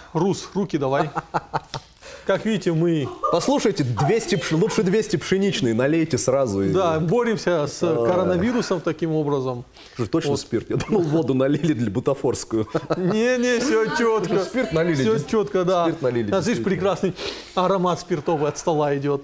Рус, руки давай. Как видите, мы... Послушайте, лучше 200 пшеничные, налейте сразу. Да, боремся с коронавирусом таким образом. Точно вот. Спирт? Я думал, воду налили для бутафорскую. Не, все четко. Спирт налили. Все четко, да. Спирт налили. Здесь прекрасный аромат спиртовый от стола идет.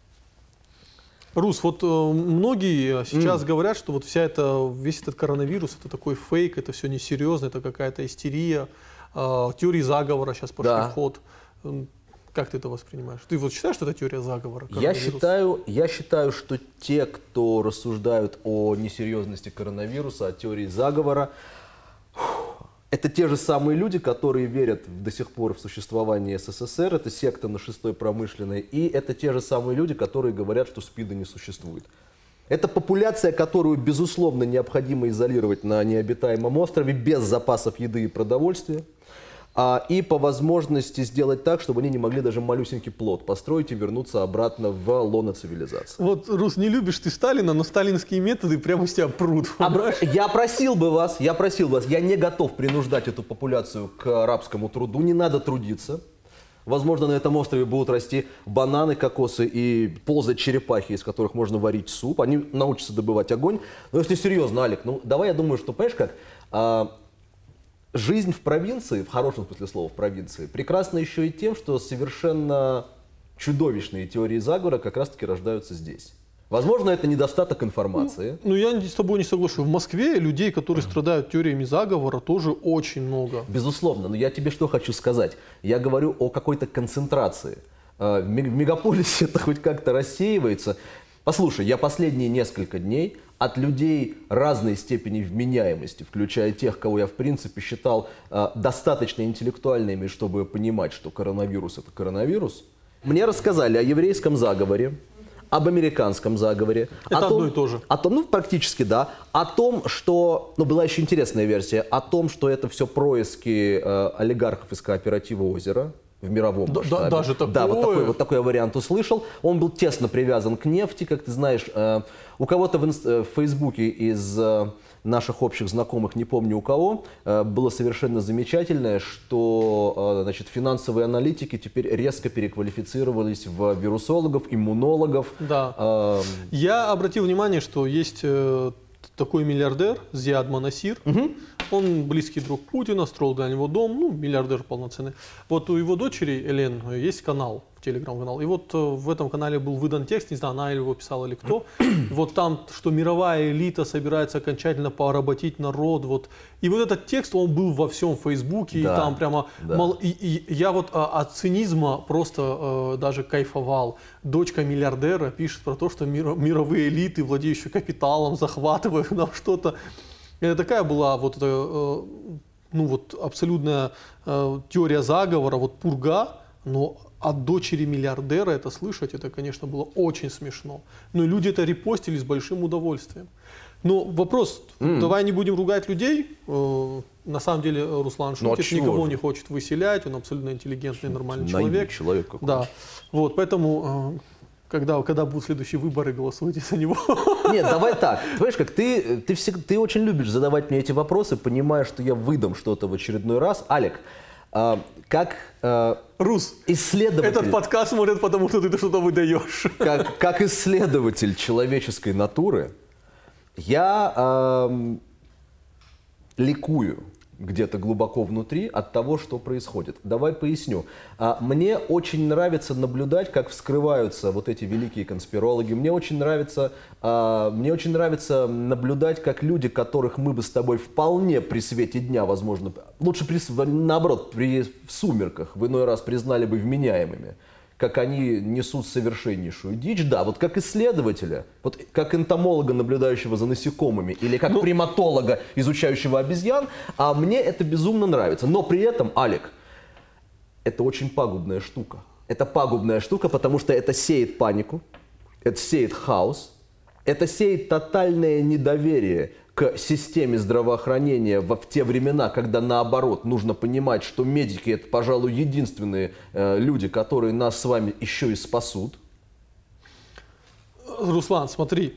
Рус, вот многие сейчас говорят, что вот весь этот коронавирус, это такой фейк, это все несерьезно, это какая-то истерия, теории заговора сейчас пошли в ход. Как ты это воспринимаешь? Ты вот считаешь, что это теория заговора? Я считаю, что те, кто рассуждают о несерьезности коронавируса, о теории заговора, это те же самые люди, которые верят до сих пор в существование СССР, это секта на 6-й промышленной, и это те же самые люди, которые говорят, что СПИДа не существует. Это популяция, которую, безусловно, необходимо изолировать на необитаемом острове без запасов еды и продовольствия. И по возможности сделать так, чтобы они не могли даже малюсенький плод построить и вернуться обратно в лоно цивилизации. Вот, Рус, не любишь ты Сталина, но сталинские методы прямо с тебя прут. Я просил вас, я не готов принуждать эту популяцию к рабскому труду, не надо трудиться. Возможно, на этом острове будут расти бананы, кокосы и ползать черепахи, из которых можно варить суп. Они научатся добывать огонь. Но если серьезно, Алик, давай я думаю, что, понимаешь как... Жизнь в провинции, в хорошем смысле слова в провинции, прекрасна еще и тем, что совершенно чудовищные теории заговора как раз-таки рождаются здесь. Возможно, это недостаток информации. Я с тобой не соглашусь. В Москве людей, которые страдают теориями заговора, тоже очень много. Безусловно, но я тебе что хочу сказать. Я говорю о какой-то концентрации. В мегаполисе это хоть как-то рассеивается. Послушай, я последние несколько дней от людей разной степени вменяемости, включая тех, кого я в принципе считал достаточно интеллектуальными, чтобы понимать, что коронавирус это коронавирус, мне рассказали о еврейском заговоре, об американском заговоре. Это одно и то же. Практически да. О том, что, была еще интересная версия, о том, что это все происки олигархов из кооператива «Озеро». В мировом масштабе. Даже такое? Да, вот такой вариант услышал. Он был тесно привязан к нефти, как ты знаешь. У кого-то в Фейсбуке из наших общих знакомых, не помню у кого, было совершенно замечательное, что финансовые аналитики теперь резко переквалифицировались в вирусологов, иммунологов. Да. Я обратил внимание, что есть такой миллиардер Зиад Манасир. Он близкий друг Путина, строил для него дом, миллиардер полноценный. Вот у его дочери Элен есть канал, телеграм-канал. И вот в этом канале был выдан текст, не знаю, она его писала или кто. Вот там, что мировая элита собирается окончательно поработить народ. Вот. И вот этот текст, он был во всем Фейсбуке. И там прямо... И я вот от цинизма просто даже кайфовал. Дочка миллиардера пишет про то, что мировые элиты, владеющие капиталом, захватывают нам что-то. Это такая была абсолютная теория заговора, пурга, но от дочери миллиардера это слышать, это, конечно, было очень смешно. Но люди это репостили с большим удовольствием. Но вопрос, давай не будем ругать людей. На самом деле Руслан шутит, никого не хочет выселять, он абсолютно интеллигентный, нормальный человек. Человек какой-то. Да, поэтому... Когда будут следующие выборы, голосуйте за него. Нет, давай так. Понимаешь, как ты очень любишь задавать мне эти вопросы, понимая, что я выдам что-то в очередной раз. Алик, как Рус, исследователь... Этот подкаст смотрят, потому что ты что-то выдаешь. Как исследователь человеческой натуры, я ликую где-то глубоко внутри от того, что происходит. Давай поясню. Мне очень нравится наблюдать, как вскрываются вот эти великие конспирологи. Мне очень нравится наблюдать, как люди, которых мы бы с тобой вполне при свете дня, возможно, лучше наоборот, в сумерках в иной раз признали бы вменяемыми, как они несут совершеннейшую дичь. Да, вот как исследователя, вот как энтомолога, наблюдающего за насекомыми, или как приматолога, изучающего обезьян, мне это безумно нравится. Но при этом, Алик, это очень пагубная штука. Это пагубная штука, потому что это сеет панику, это сеет хаос, это сеет тотальное недоверие к системе здравоохранения в те времена, когда наоборот нужно понимать, что медики это, пожалуй, единственные люди, которые нас с вами еще и спасут. Руслан, смотри,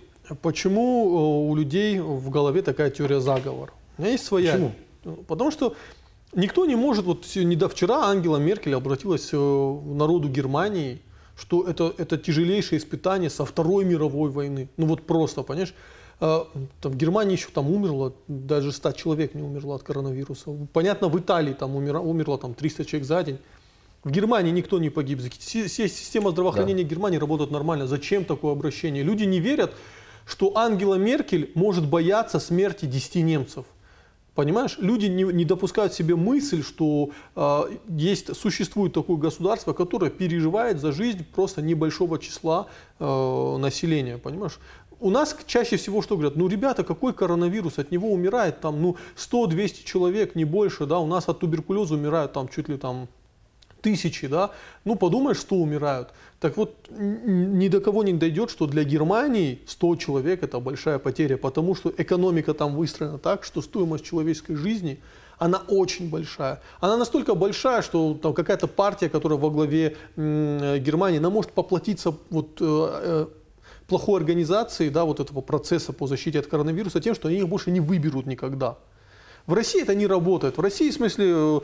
почему у людей в голове такая теория заговора? У меня есть своя. Почему? Потому что Никто не может, вот вчера Ангела Меркель обратилась к народу Германии, что это тяжелейшее испытание со Второй мировой войны. Ну вот просто, понимаешь? Там, в Германии еще там умерло, даже 100 человек не умерло от коронавируса. Понятно, в Италии там умерло там 300 человек за день. В Германии никто не погиб. Система здравоохранения Германии работает нормально. Зачем такое обращение? Люди не верят, что Ангела Меркель может бояться смерти 10 немцев. Понимаешь, люди не допускают себе мысль, что существует такое государство, которое переживает за жизнь просто небольшого числа населения. Понимаешь? У нас чаще всего что говорят? Ну, ребята, какой коронавирус? От него умирает там, 100-200 человек, не больше. Да? У нас от туберкулеза умирают там чуть ли там тысячи. Да? Ну, подумаешь, 100 умирают. Так вот, ни до кого не дойдет, что для Германии 100 человек – это большая потеря, потому что экономика там выстроена так, что стоимость человеческой жизни, она очень большая. Она настолько большая, что там какая-то партия, которая во главе Германии, она может поплатиться плохой организации, да, вот этого процесса по защите от коронавируса тем, что они их больше не выберут никогда. В России это не работает. В России, в смысле,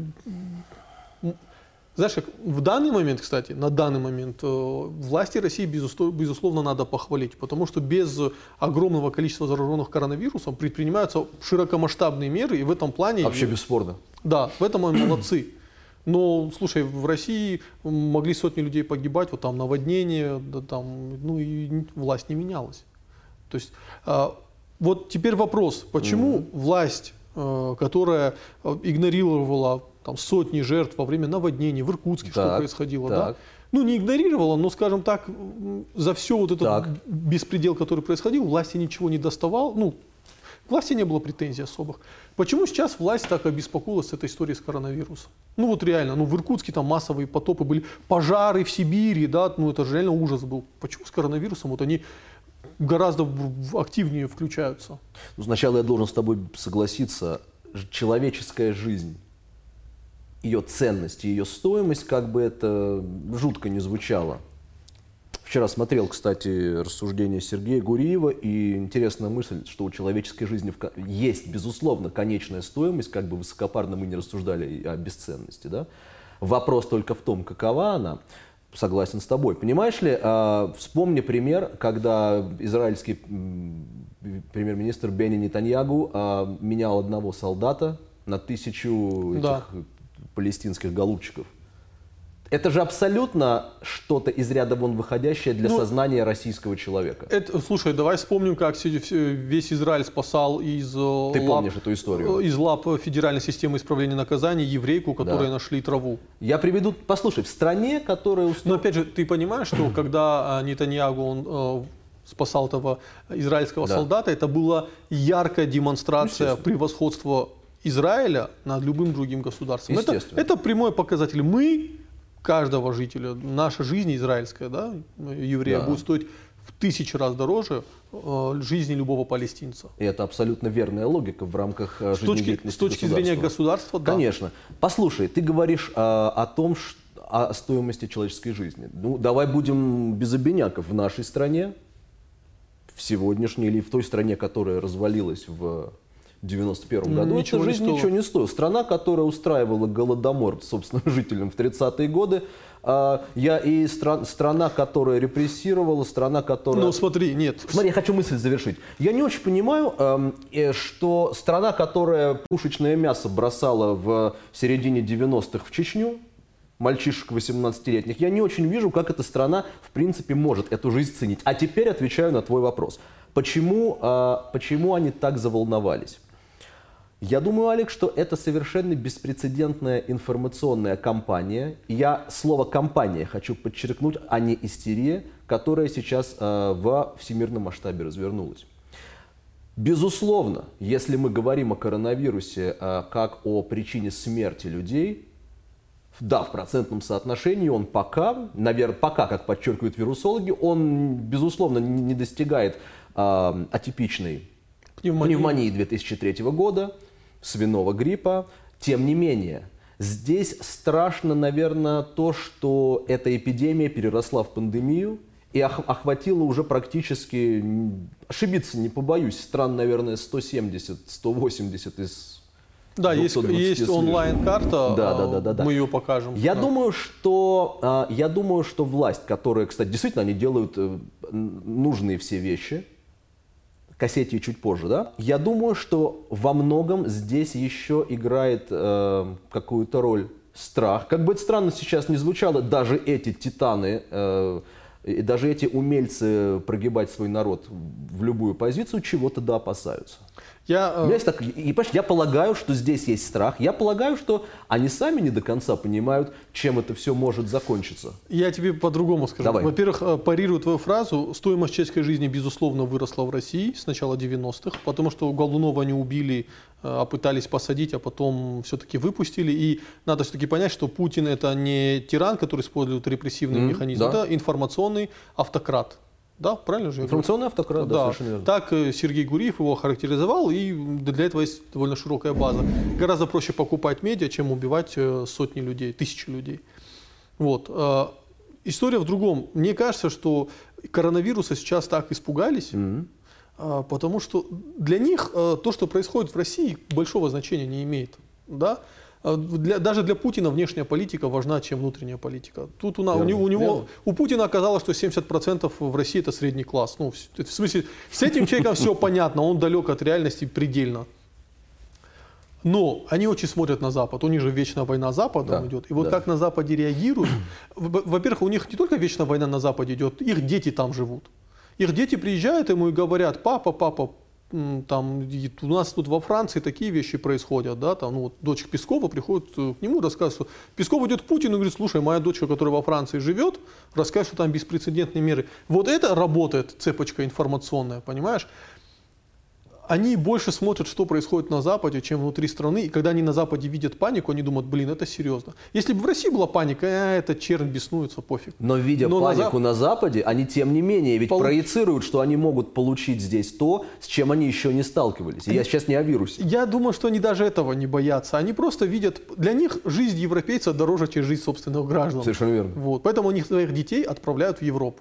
знаешь, как в данный момент, кстати, на данный момент власти России, безусловно, надо похвалить, потому что без огромного количества зараженных коронавирусом предпринимаются широкомасштабные меры, и в этом плане... Вообще бесспорно. Да, в этом они молодцы. Но, слушай, в России могли сотни людей погибать, вот там наводнение, да, там, ну и власть не менялась. То есть, вот теперь вопрос, почему власть, которая игнорировала там сотни жертв во время наводнений, в Иркутске что происходило, да? Ну, не игнорировала, но, скажем так, за все вот этот беспредел, который происходил, власти ничего не доставал, ну, к власти не было претензий особых. Почему сейчас власть так обеспокоилась с этой историей с коронавирусом? Ну вот реально, в Иркутске там массовые потопы были, пожары в Сибири, да, ну это же реально ужас был. Почему с коронавирусом вот они гораздо активнее включаются? Ну, сначала я должен с тобой согласиться, человеческая жизнь, ее ценность и ее стоимость, как бы это жутко не звучало. Вчера смотрел, кстати, рассуждения Сергея Гуриева, и интересная мысль, что у человеческой жизни есть, безусловно, конечная стоимость, как бы высокопарно мы не рассуждали о бесценности. Да? Вопрос только в том, какова она. Согласен с тобой. Понимаешь ли, вспомни пример, когда израильский премьер-министр Бенни Нетаньягу менял одного солдата на 1000 этих палестинских голубчиков. Это же абсолютно что-то из ряда вон выходящее для сознания российского человека. Слушай, давай вспомним, как весь Израиль спасал из помнишь эту историю? Из лап Федеральной системы исправления наказаний еврейку, которой нашли траву. Я приведу, послушай, в стране, которая... Но опять же, ты понимаешь, что когда Нетаньягу он спасал этого израильского солдата, это была яркая демонстрация превосходства Израиля над любым другим государством. Это прямой показатель. Каждого жителя, наша жизнь израильская, да, еврея, будет стоить в 1000 раз дороже жизни любого палестинца. И это абсолютно верная логика в рамках жизнедеятельности С точки зрения государства, да. Конечно. Послушай, ты говоришь о том, о стоимости человеческой жизни. Ну, давай будем без обиняков. В нашей стране, в сегодняшней или в той стране, которая развалилась в 1991 году, эта жизнь ничего не стоила. Страна, которая устраивала голодомор, собственно, жителям в 30-е годы, страна, которая репрессировала, страна, которая... Ну, смотри, нет. Смотри, я хочу мысль завершить. Я не очень понимаю, что страна, которая пушечное мясо бросала в середине 90-х в Чечню, мальчишек 18-летних, я не очень вижу, как эта страна, в принципе, может эту жизнь ценить. А теперь отвечаю на твой вопрос. Почему они так заволновались? Я думаю, Олег, что это совершенно беспрецедентная информационная кампания. Я слово «кампания» хочу подчеркнуть, а не истерия, которая сейчас во всемирном масштабе развернулась. Безусловно, если мы говорим о коронавирусе как о причине смерти людей, да, в процентном соотношении он пока, как подчеркивают вирусологи, он, безусловно, не достигает атипичной пневмонии 2003 года, свиного гриппа. Тем не менее, здесь страшно, наверное, то, что эта эпидемия переросла в пандемию и охватила уже практически, ошибиться не побоюсь, стран, наверное, 170-180 из Да, есть онлайн-карта, Да. мы ее покажем. Я думаю, что власть, которая, кстати, действительно, они делают нужные все вещи, к Осетии чуть позже, да? Я думаю, что во многом здесь еще играет какую-то роль страх. Как бы это странно сейчас не звучало, даже эти титаны, и даже эти умельцы прогибать свой народ в любую позицию чего-то да опасаются. Я полагаю, что здесь есть страх. Я полагаю, что они сами не до конца понимают, чем это все может закончиться. Я тебе по-другому скажу. Давай. Во-первых, парирую твою фразу. Стоимость человеческой жизни, безусловно, выросла в России с начала 90-х, потому что Голунова они убили, пытались посадить, а потом все-таки выпустили. И надо все-таки понять, что Путин это не тиран, который использует репрессивный механизм, да. это информационный автократ. Да, правильно же? Информационный автократ, да, совершенно верно. Так Сергей Гуриев его характеризовал, и для этого есть довольно широкая база. Гораздо проще покупать медиа, чем убивать сотни людей, тысячи людей. Вот. История в другом. Мне кажется, что коронавируса сейчас так испугались, потому что для них то, что происходит в России, большого значения не имеет. Да? Даже для Путина внешняя политика важна, чем внутренняя политика. Тут у Путина оказалось, что 70% в России это средний класс. Ну, в смысле, с этим человеком все понятно, он далек от реальности предельно. Но они очень смотрят на Запад. У них же вечная война с Западом идет. И вот как на Западе реагируют. Во-первых, у них не только вечная война на Западе идет, их дети там живут. Их дети приезжают ему и говорят: папа, там, у нас тут во Франции такие вещи происходят, да, там, ну, вот, дочь Пескова приходит к нему и рассказывает, что Песков идет к Путину и говорит: слушай, моя дочка, которая во Франции живет, рассказывает, что там беспрецедентные меры. Вот это работает цепочка информационная, понимаешь? Они больше смотрят, что происходит на Западе, чем внутри страны. И когда они на Западе видят панику, они думают: блин, это серьезно. Если бы в России была паника, это чернь беснуется, пофиг. Но видя панику на Западе, они тем не менее ведь проецируют, что они могут получить здесь то, с чем они еще не сталкивались. И я сейчас не о вирусе. Я думаю, что они даже этого не боятся. Они просто видят, для них жизнь европейца дороже, чем жизнь собственных граждан. Совершенно верно. Вот. Поэтому они своих детей отправляют в Европу.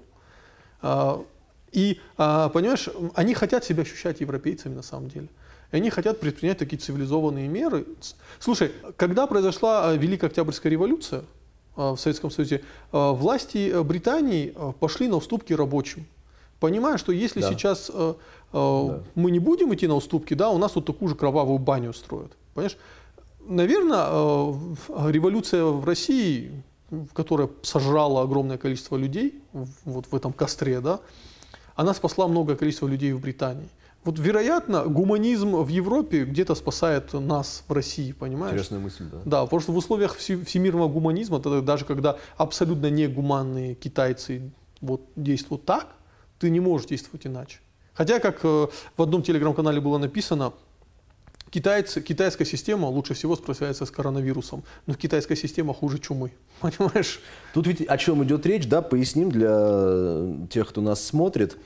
И, понимаешь, они хотят себя ощущать европейцами на самом деле. И они хотят предпринять такие цивилизованные меры. Слушай, когда произошла Великая Октябрьская революция в Советском Союзе, власти Британии пошли на уступки рабочим. Понимая, что если сейчас мы не будем идти на уступки, да, у нас вот такую же кровавую баню устроят. Понимаешь? Наверное, революция в России, которая сожрала огромное количество людей вот в этом костре, да, она спасла многое количество людей в Британии. Вот, вероятно, гуманизм в Европе где-то спасает нас в России, понимаешь? Интересная мысль, да. Да, потому что в условиях всемирного гуманизма, даже когда абсолютно негуманные китайцы вот действуют так, ты не можешь действовать иначе. Хотя, как в одном телеграм-канале было написано, китайская система лучше всего справляется с коронавирусом, но китайская система хуже чумы, понимаешь? Тут ведь о чем идет речь, да, поясним для тех, кто нас смотрит.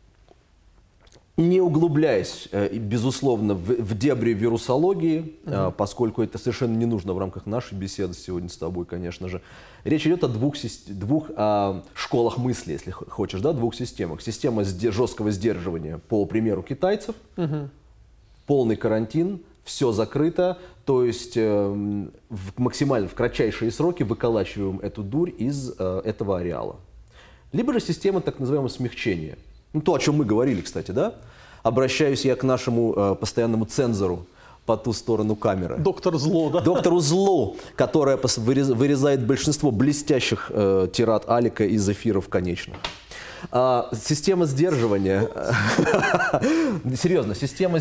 Не углубляясь, безусловно, в дебри вирусологии, поскольку это совершенно не нужно в рамках нашей беседы сегодня с тобой, конечно же, речь идет о двух школах мысли, если хочешь, да, двух системах. Система жесткого сдерживания, по примеру китайцев, полный карантин, все закрыто, то есть максимально в кратчайшие сроки выколачиваем эту дурь из этого ареала. Либо же система так называемого смягчения. Ну, то, о чем мы говорили, кстати, да? Обращаюсь я к нашему постоянному цензору по ту сторону камеры. Доктор Зло, да? Доктору Зло, которая вырезает большинство блестящих тирад Алика из эфиров конечных. Система сдерживания, серьезно, система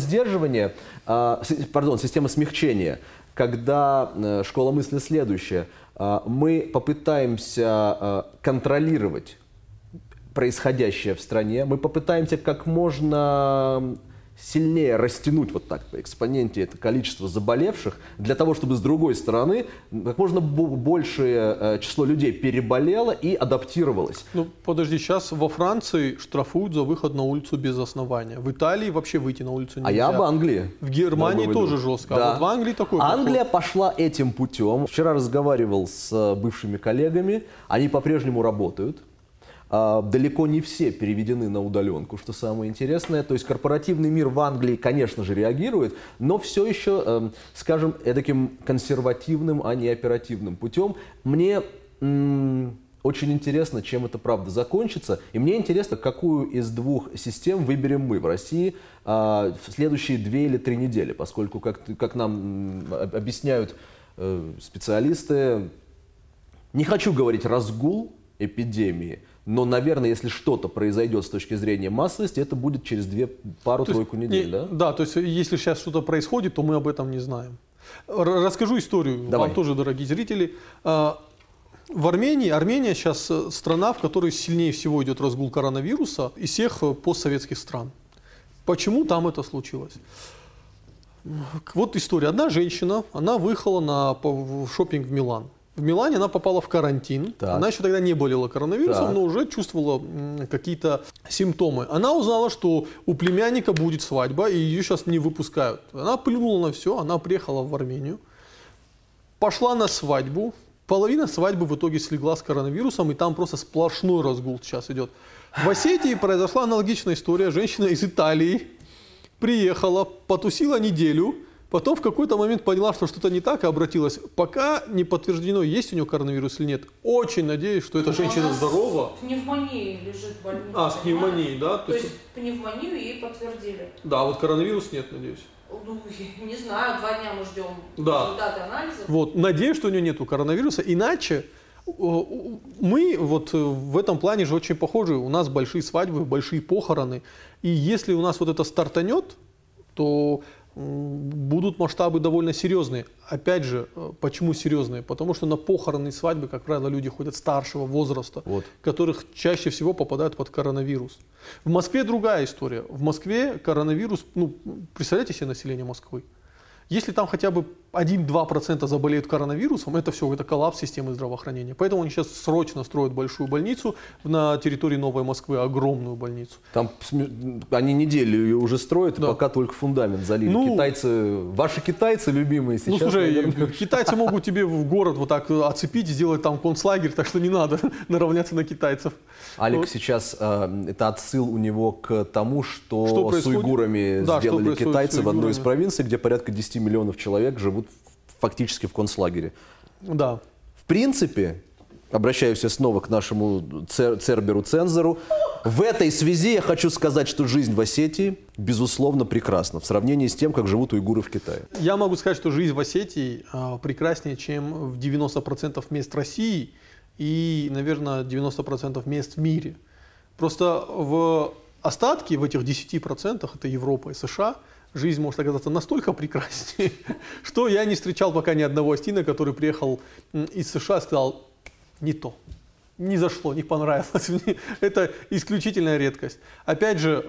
смягчения, когда школа мысли следующая, мы попытаемся контролировать происходящее в стране, мы попытаемся как можно сильнее растянуть вот так по экспоненте это количество заболевших, для того, чтобы с другой стороны как можно большее число людей переболело и адаптировалось. Ну, подожди, сейчас во Франции штрафуют за выход на улицу без основания. В Италии вообще выйти на улицу нельзя. А я об Англии. В Германии тоже жестко. Да. А вот в Англии такой Англия пошла этим путем. Вчера разговаривал с бывшими коллегами. Они по-прежнему работают. далеко не все переведены на удаленку, что самое интересное. То есть корпоративный мир в Англии, конечно же, реагирует, но все еще, скажем, таким консервативным, а не оперативным путем. Мне очень интересно, чем это правда закончится. И мне интересно, какую из двух систем выберем мы в России в следующие 2 или 3 недели, поскольку, как нам объясняют специалисты, не хочу говорить разгул эпидемии, но, наверное, если что-то произойдет с точки зрения массовости, это будет через пару-тройку недель, да? Да, то есть если сейчас что-то происходит, то мы об этом не знаем. Расскажу историю. Давай. Вам тоже, дорогие зрители. Армения сейчас страна, в которой сильнее всего идет разгул коронавируса из всех постсоветских стран. Почему там это случилось? Вот история. Одна женщина, она выехала в шопинг в Милан. В Милане она попала в карантин. Так. Она еще тогда не болела коронавирусом, так, но уже чувствовала какие-то симптомы. Она узнала, что у племянника будет свадьба, и ее сейчас не выпускают. Она плюнула на все, она приехала в Армению, пошла на свадьбу. Половина свадьбы в итоге слегла с коронавирусом, и там просто сплошной разгул сейчас идет. В Осетии произошла аналогичная история. Женщина из Италии приехала, потусила неделю, потом в какой-то момент поняла, что что-то не так, и обратилась. Пока не подтверждено, есть у нее коронавирус или нет. Очень надеюсь, что эта женщина здорова. Пневмония лежит в больнице. С пневмонией, да? То есть пневмонию ей подтвердили. Да, а вот коронавирус нет, надеюсь. Ну, не знаю, 2 дня мы ждем результаты анализов. Вот, надеюсь, что у нее нету коронавируса, иначе мы вот в этом плане же очень похожи. У нас большие свадьбы, большие похороны, и если у нас вот это стартанет, то будут масштабы довольно серьезные. Опять же, почему серьезные? Потому что на похороны и свадьбы, как правило, люди ходят старшего возраста, которых чаще всего попадают под коронавирус. В Москве другая история. В Москве коронавирус, представляете себе население Москвы? Если там хотя бы 1-2% заболеют коронавирусом, это все, это коллапс системы здравоохранения. Поэтому они сейчас срочно строят большую больницу на территории Новой Москвы, огромную больницу. Там они неделю уже строят, да, пока только фундамент залили. Китайцы, ваши китайцы любимые сейчас. Слушай, китайцы могут тебе в город вот так оцепить, сделать там концлагерь, так что не надо наравняться на китайцев. Алик, сейчас это отсыл у него к тому, что с уйгурами сделали китайцы в одной из провинций, где порядка 10 миллионов человек живут фактически в концлагере. Да. В принципе, обращаюсь снова к нашему Церберу-цензору, в этой связи я хочу сказать, что жизнь в Осетии, безусловно, прекрасна в сравнении с тем, как живут уйгуры в Китае. Я могу сказать, что жизнь в Осетии прекраснее, чем в 90% мест России и, наверное, 90% мест в мире. Просто в остатке, в этих 10%, это Европа и США, жизнь может оказаться настолько прекраснее, что я не встречал пока ни одного остина, который приехал из США и сказал: не то, не зашло, не понравилось мне. Это исключительная редкость. Опять же,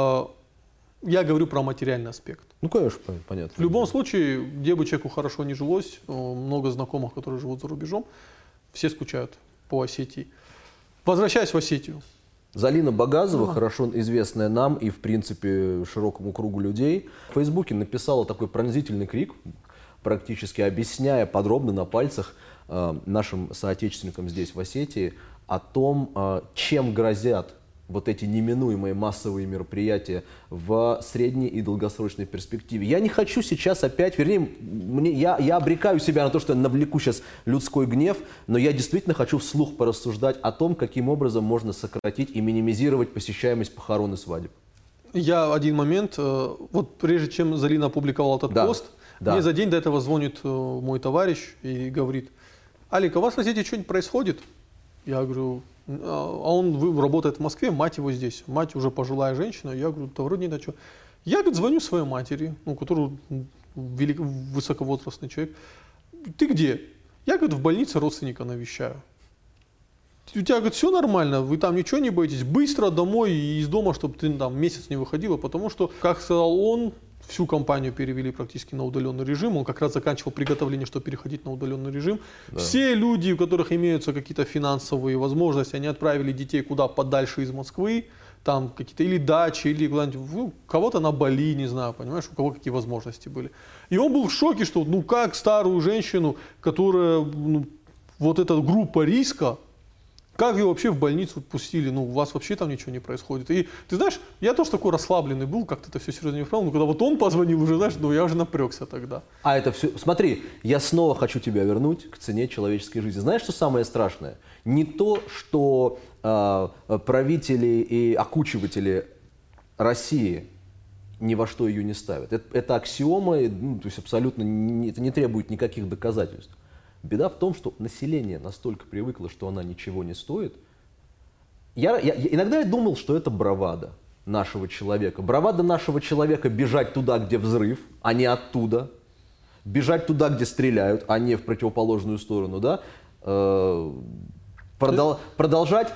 я говорю про материальный аспект. Ну, конечно, понятно. В любом случае, где бы человеку хорошо не жилось, много знакомых, которые живут за рубежом, все скучают по Осетии. Возвращаясь в Осетию. Залина Багазова, хорошо известная нам и, в принципе, широкому кругу людей, в Фейсбуке написала такой пронзительный крик, практически объясняя подробно на пальцах нашим соотечественникам здесь, в Осетии, о том, чем грозят вот эти неминуемые массовые мероприятия в средней и долгосрочной перспективе. Я не хочу сейчас опять, вернее, я обрекаю себя на то, что я навлеку сейчас людской гнев, но я действительно хочу вслух порассуждать о том, каким образом можно сократить и минимизировать посещаемость похорон и свадеб. Я один момент, вот прежде чем Залина опубликовала этот пост, мне за день до этого звонит мой товарищ и говорит: Алик, а у вас в Осетии что-нибудь происходит? Я говорю: а он работает в Москве, мать его здесь. Мать уже пожилая женщина. Я говорю: да вроде не на что. Я, говорит, звоню своей матери, которая высоковозрастный человек. Ты где? Я, говорит, в больнице родственника навещаю. У тебя, говорит, все нормально, вы там ничего не боитесь? Быстро домой и из дома, чтобы ты там месяц не выходила, потому что, как сказал он, всю компанию перевели практически на удаленный режим. Он как раз заканчивал приготовление, чтобы переходить на удаленный режим. Да. Все люди, у которых имеются какие-то финансовые возможности, они отправили детей куда подальше из Москвы, там какие-то или дачи, или куда-нибудь, кого-то на Бали, не знаю, понимаешь, у кого какие возможности были. И он был в шоке, что как старую женщину, которая, вот эта группа риска, Как ее вообще в больницу пустили? Ну, у вас вообще там ничего не происходит. И ты знаешь, я тоже такой расслабленный был, как-то это все серьезно не вправил, но когда вот он позвонил уже, знаешь, ну я уже напрягся тогда. А это все... Смотри, я снова хочу тебя вернуть к цене человеческой жизни. Знаешь, что самое страшное? Не то, что правители и окучиватели России ни во что ее не ставят. Это аксиома, ну, то есть абсолютно это не требует никаких доказательств. Беда в том, что население настолько привыкло, что она ничего не стоит. Иногда я думал, что это бравада нашего человека. Бравада нашего человека бежать туда, где взрыв, а не оттуда. Бежать туда, где стреляют, а не в противоположную сторону. Да? Продолжать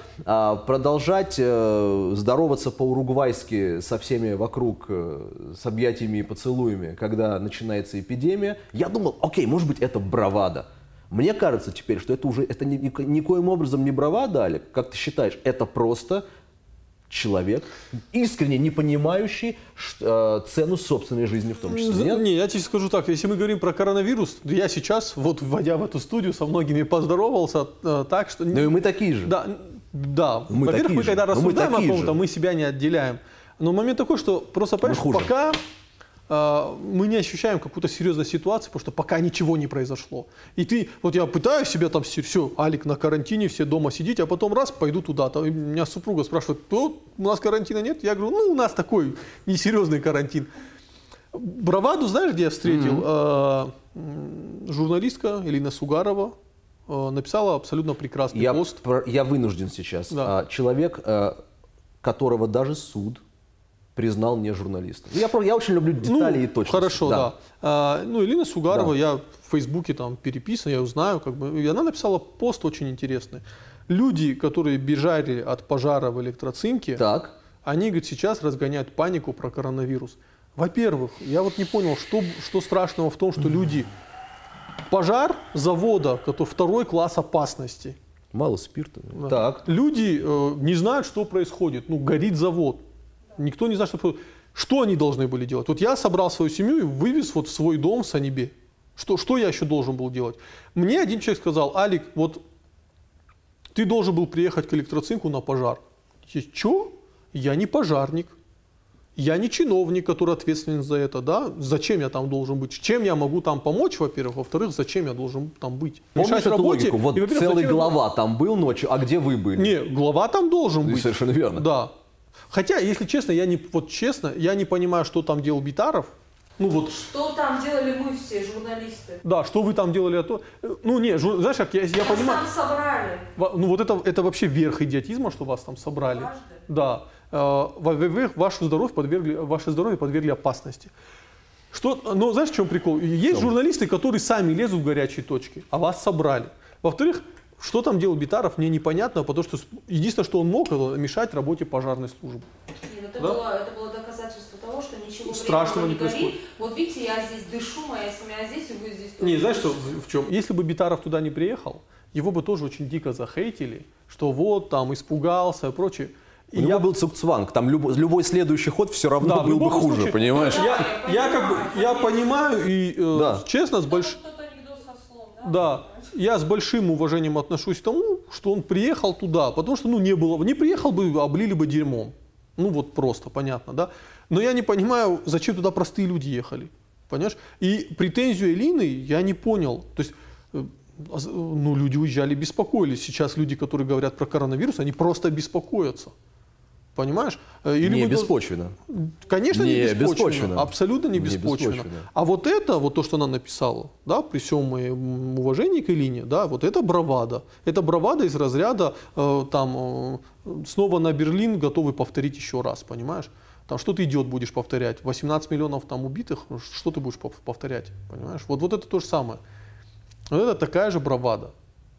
здороваться по-уругвайски со всеми вокруг, с объятиями и поцелуями, когда начинается эпидемия. Я думал, окей, может быть, это бравада. Мне кажется теперь, что это никоим образом не бравада, Алик. Как ты считаешь, это просто человек, искренне не понимающий цену собственной жизни в том числе. Нет? Не, я тебе скажу так, если мы говорим про коронавирус, я сейчас, вот вводя в эту студию, со многими поздоровался так, что... Ну и мы такие же. Да. Во-первых, мы когда рассуждаем о ком-то, мы себя не отделяем. Но момент такой, что просто, понимаешь, пока... мы не ощущаем какую-то серьезную ситуацию, потому что пока ничего не произошло. И ты, вот я пытаюсь себя там, все, Алик на карантине, все дома сидите, а потом раз, пойду туда. Там, меня супруга спрашивает, у нас карантина нет? Я говорю, ну у нас такой несерьезный карантин. Браваду знаешь, где я встретил? Журналистка Элина Сугарова написала абсолютно прекрасный пост. Я вынужден сейчас. Да. Человек, которого даже суд признал не журналистом. Я очень люблю детали и точности. Хорошо, да. Ну, Элина Сугарова, я в Фейсбуке там переписан, я ее знаю, как бы, и она написала пост очень интересный. Люди, которые бежали от пожара в электроцинке, они, говорит, сейчас разгоняют панику про коронавирус. Во-первых, я вот не понял, что страшного в том, что люди... Пожар завода, который второй класс опасности. Мало спирта. Да. Так. Люди не знают, что происходит. Ну, горит завод. Никто не знает, что они должны были делать. Вот я собрал свою семью и вывез вот в свой дом в Санебе. Что я еще должен был делать? Мне один человек сказал, Алик, вот ты должен был приехать к электроцинку на пожар. Что? Я не пожарник. Я не чиновник, который ответственен за это. Да? Зачем я там должен быть? Чем я могу там помочь, во-первых? Во-вторых, зачем я должен там быть? Помнишь эту логику? Вот целый глава там был ночью, а где вы были? Не, глава там должен быть. Совершенно верно. Да. Хотя, если честно, я не понимаю, что там делал Битаров. Ну, вот. Что там делали мы все, журналисты? Да, что вы там делали, Ну, не, знаешь, как я понимаю... Вас там собрали. Ну, вот это вообще верх идиотизма, что вас там собрали. Да. Во-первых, ваше здоровье подвергли опасности. Ну, знаешь, в чем прикол? Есть журналисты, которые сами лезут в горячие точки, а вас собрали. Во-вторых, что там делал Битаров, мне непонятно, потому что единственное, что он мог, это мешать работе пожарной службы. Нет, это было доказательство того, что ничего страшного не происходит. Вот видите, я здесь дышу, моя семья здесь, и вы здесь тоже. Не, знаешь, что, в чем? Если бы Битаров туда не приехал, его бы тоже очень дико захейтили, что вот там испугался и прочее. У него был цукцванг, там любой следующий ход все равно был бы хуже, случае, понимаешь? Я понимаю и честно с большим... Да, я с большим уважением отношусь к тому, что он приехал туда, потому что, не приехал бы, облили бы дерьмом. Ну вот просто, понятно, да? Но я не понимаю, зачем туда простые люди ехали, понимаешь? И претензию Элины я не понял, то есть, люди уезжали, беспокоились. Сейчас люди, которые говорят про коронавирус, они просто беспокоятся. Понимаешь? Не беспочвенно. Конечно, не беспочвенно. Абсолютно не беспочвенно. А вот то, что она написала, да, при всем моем уважении к Элине, да, вот это бравада. Это бравада из разряда снова на Берлин готовы повторить еще раз, понимаешь? Там, что ты, идиот, будешь повторять? 18 миллионов там убитых, что ты будешь повторять, понимаешь? Вот это то же самое. Вот это такая же бравада.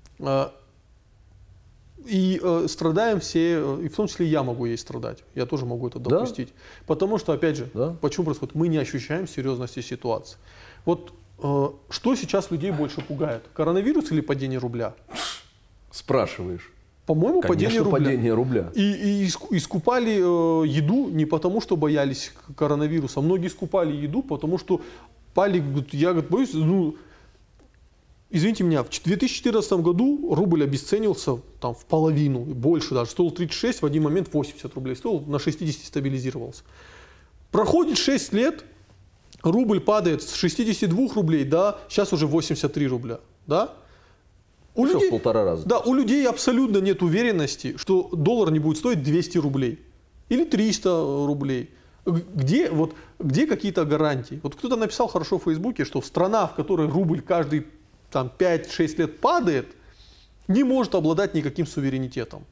И страдаем все, и в том числе я могу ей страдать. Я тоже могу это допустить. Да? Потому что, опять же, почему происходит? Мы не ощущаем серьезности ситуации. Вот что сейчас людей больше пугает? Коронавирус или падение рубля? Спрашиваешь. По-моему, падение рубля. И скупали еду не потому, что боялись коронавируса. Многие скупали еду, потому что я боюсь, извините меня, в 2014 году рубль обесценился там, в половину, больше даже. Стоил 36, в один момент 80 рублей стоил, на 60 стабилизировался. Проходит 6 лет, рубль падает с 62 рублей до сейчас уже 83 рубля. Да? У людей, в 1,5 раза. Да, у людей абсолютно нет уверенности, что доллар не будет стоить 200 рублей или 300 рублей. Где какие-то гарантии? Вот кто-то написал хорошо в Фейсбуке, что страна, в которой рубль каждый 5-6 лет падает, не может обладать никаким суверенитетом.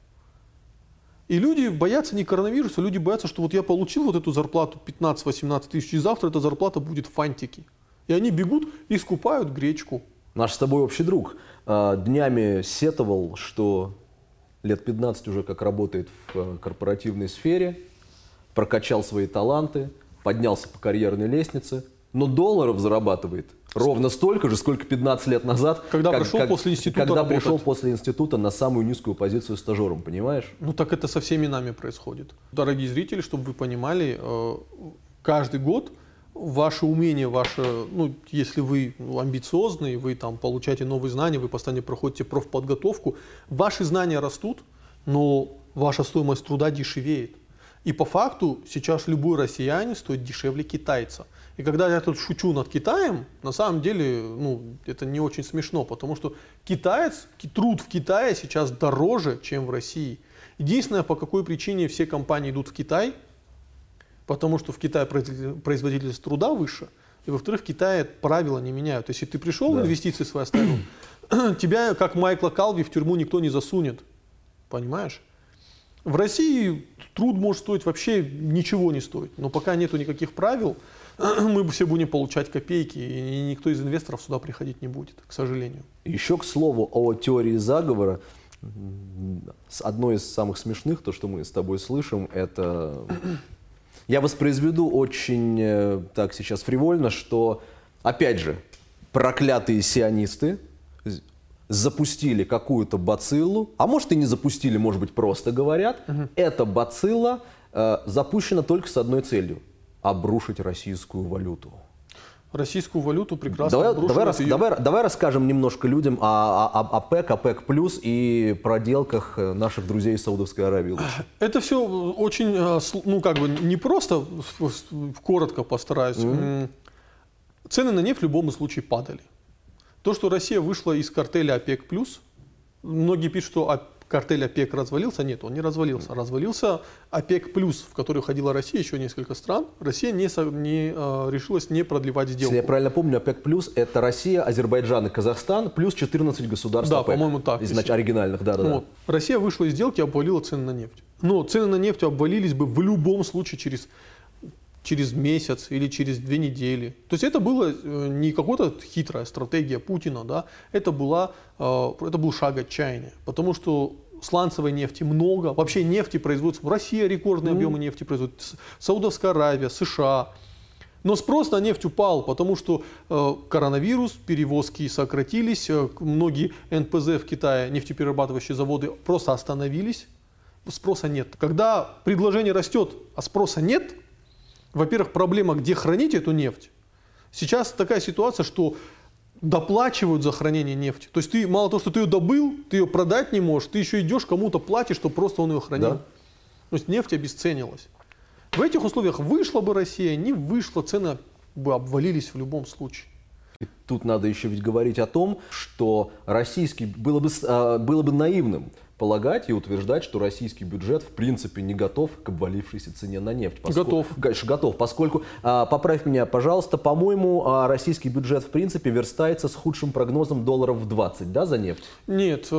И люди боятся не коронавируса, люди боятся, что вот я получил вот эту зарплату 15-18 тысяч, и завтра эта зарплата будет фантики. И они бегут и скупают гречку. Наш с тобой общий друг днями сетовал, что лет 15 уже как работает в корпоративной сфере, прокачал свои таланты, поднялся по карьерной лестнице, но долларов зарабатывает ровно столько же, сколько 15 лет назад, когда пришел после института на самую низкую позицию стажером, понимаешь? Ну так это со всеми нами происходит. Дорогие зрители, чтобы вы понимали, каждый год ваше умение, если вы амбициозный, вы там получаете новые знания, вы постоянно проходите профподготовку, ваши знания растут, но ваша стоимость труда дешевеет. И по факту сейчас любой россиянин стоит дешевле китайца. И когда я тут шучу над Китаем, на самом деле это не очень смешно, потому что труд в Китае сейчас дороже, чем в России. Единственное, по какой причине все компании идут в Китай, потому что в Китае производительность труда выше, и во-вторых, в Китае правила не меняют. Если ты пришел, инвестиции свои оставил, тебя, как Майкла Калви, в тюрьму никто не засунет. Понимаешь? В России труд может стоить вообще ничего не стоить, но пока нету никаких правил, мы все будем получать копейки, и никто из инвесторов сюда приходить не будет, к сожалению. Еще к слову о теории заговора. Одно из самых смешных, то, что мы с тобой слышим, это... Я воспроизведу очень так сейчас фривольно, что, опять же, проклятые сионисты запустили какую-то бациллу, а может и не запустили, может быть, просто говорят, эта бацилла запущена только с одной целью – обрушить российскую валюту. Российскую валюту прекрасно давай расскажем немножко людям о ОПЕК, ОПЕК+, и проделках наших друзей из Саудовской Аравии. Это все очень, не просто, коротко постараюсь. Цены на нефть в любом случае падали. То, что Россия вышла из картеля ОПЕК+, многие пишут, что картель ОПЕК развалился. Нет, он не развалился. Развалился ОПЕК+, в который входила Россия, еще несколько стран. Россия решилась не продлевать сделку. Если я правильно помню, ОПЕК+, это Россия, Азербайджан и Казахстан, плюс 14 государств ОПЕК. Да, по-моему, так. Значит, оригинальных, да. Вот. Россия вышла из сделки и обвалила цены на нефть. Но цены на нефть обвалились бы в любом случае через месяц или через 2 недели. То есть это была не какая-то хитрая стратегия Путина, да? Это был шаг отчаяния, потому что сланцевой нефти много, вообще нефти производится, Россия рекордные объемы нефти производит, Саудовская Аравия, США. Но спрос на нефть упал, потому что коронавирус, перевозки сократились, многие НПЗ в Китае, нефтеперерабатывающие заводы, просто остановились, спроса нет. Когда предложение растет, а спроса нет, во-первых, проблема, где хранить эту нефть. Сейчас такая ситуация, что доплачивают за хранение нефти. То есть ты мало того, что ты ее добыл, ты ее продать не можешь, ты еще идешь кому-то платишь, чтобы просто он ее хранил. Да. То есть нефть обесценилась. В этих условиях вышла бы Россия, не вышла, цены бы обвалились в любом случае. И тут надо еще ведь говорить о том, что было бы наивным полагать и утверждать, что российский бюджет в принципе не готов к обвалившейся цене на нефть. Готов. Конечно, готов, поскольку, поправь меня, пожалуйста, по-моему, российский бюджет в принципе верстается с худшим прогнозом долларов в 20, да, за нефть? Нет,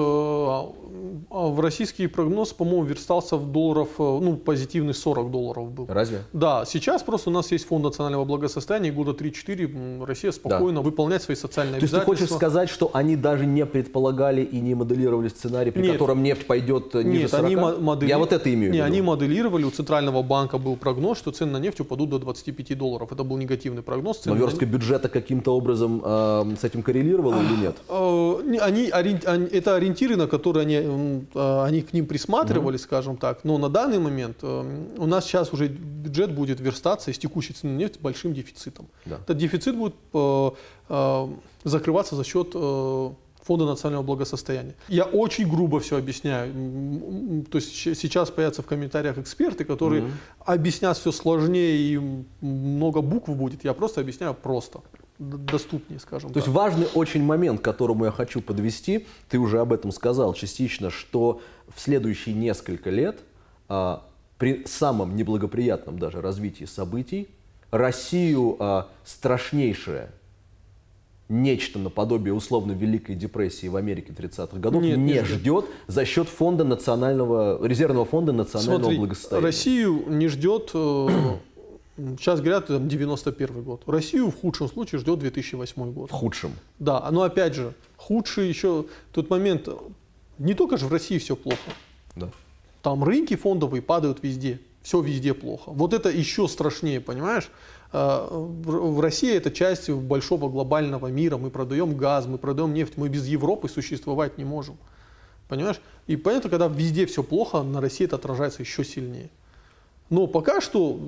в российский прогноз, по-моему, верстался в долларов, позитивный $40 был. Разве? Да, сейчас просто у нас есть фонд национального благосостояния, года 3-4 Россия спокойно выполняет свои социальные обязательства. То есть ты хочешь сказать, что они даже не предполагали и не моделировали сценарий, при котором нефть пойдет ниже 40? Я вот это имею в виду. Они моделировали, у Центрального банка был прогноз, что цены на нефть упадут до $25. Это был негативный прогноз. Но верстка бюджета каким-то образом с этим коррелировала или нет? Это ориентиры, на которые они они к ним присматривались, скажем так, но на данный момент у нас сейчас уже бюджет будет верстаться из текущей цены нефти с большим дефицитом. Да. Этот дефицит будет закрываться за счет Фонда национального благосостояния. Я очень грубо все объясняю. То есть сейчас появятся в комментариях эксперты, которые объяснят все сложнее и много букв будет. Я просто объясняю просто, доступнее, скажем так. То есть важный очень момент, к которому я хочу подвести, ты уже об этом сказал частично, что в следующие несколько лет при самом неблагоприятном даже развитии событий Россию страшнейшее нечто наподобие условно Великой депрессии в Америке 30-х годов не ждет за счет фонда резервного фонда национального благосостояния. Россию не ждет, сейчас говорят, 91 год. Россию в худшем случае ждет 2008 год. В худшем? Да, но опять же, худший еще тот момент, не только же в России все плохо. Да. Там рынки фондовые падают везде, все везде плохо. Вот это еще страшнее, понимаешь? В России это часть большого глобального мира, мы продаем газ, мы продаем нефть, мы без Европы существовать не можем, понимаешь? И понятно, когда везде все плохо, на России это отражается еще сильнее. Но пока что,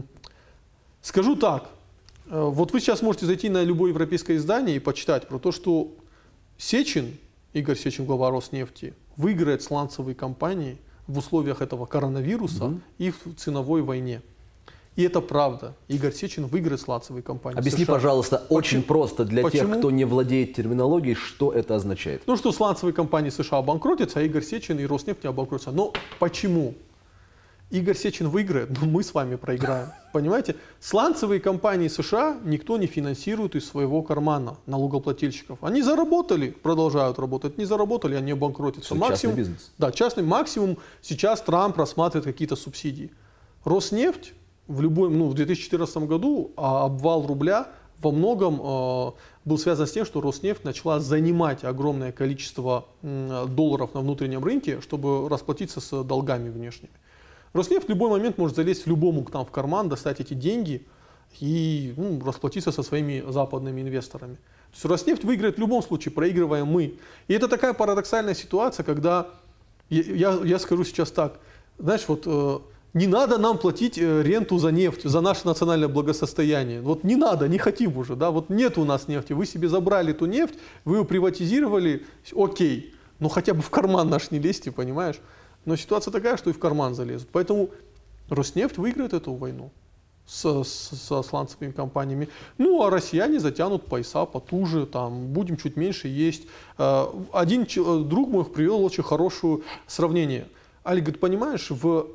скажу так, вот вы сейчас можете зайти на любое европейское издание и почитать про то, что Сечин, Игорь Сечин, глава Роснефти, выиграет сланцевые компании в условиях этого коронавируса и в ценовой войне. И это правда. Игорь Сечин выиграет сланцевые компании. Объясни, США. Пожалуйста, очень просто для тех, кто не владеет терминологией, что это означает. Ну, что сланцевые компании США обанкротятся, а Игорь Сечин и Роснефть не обанкротятся. Но почему? Игорь Сечин выиграет, но мы с вами проиграем. Понимаете? Сланцевые компании США никто не финансирует из своего кармана налогоплательщиков. Они заработали, продолжают работать. Не заработали, они обанкротятся. Частный бизнес. Да, частный максимум. Сейчас Трамп рассматривает какие-то субсидии. Роснефть в 2014 году обвал рубля во многом был связан с тем, что Роснефть начала занимать огромное количество долларов на внутреннем рынке, чтобы расплатиться с долгами внешними. Роснефть в любой момент может залезть любому к нам в карман, достать эти деньги и расплатиться со своими западными инвесторами. То есть Роснефть выиграет в любом случае, проигрываем мы. И это такая парадоксальная ситуация, когда, я скажу сейчас так, знаешь, вот не надо нам платить ренту за нефть, за наше национальное благосостояние. Вот не надо, не хотим уже, да, вот нет у нас нефти, вы себе забрали эту нефть, вы ее приватизировали, окей, но хотя бы в карман наш не лезьте, понимаешь? Но ситуация такая, что и в карман залезут. Поэтому Роснефть выиграет эту войну со сланцевыми компаниями. Ну, а россияне затянут пояса потуже, там, будем чуть меньше есть. Один друг мой привел очень хорошее сравнение. Али говорит, понимаешь, в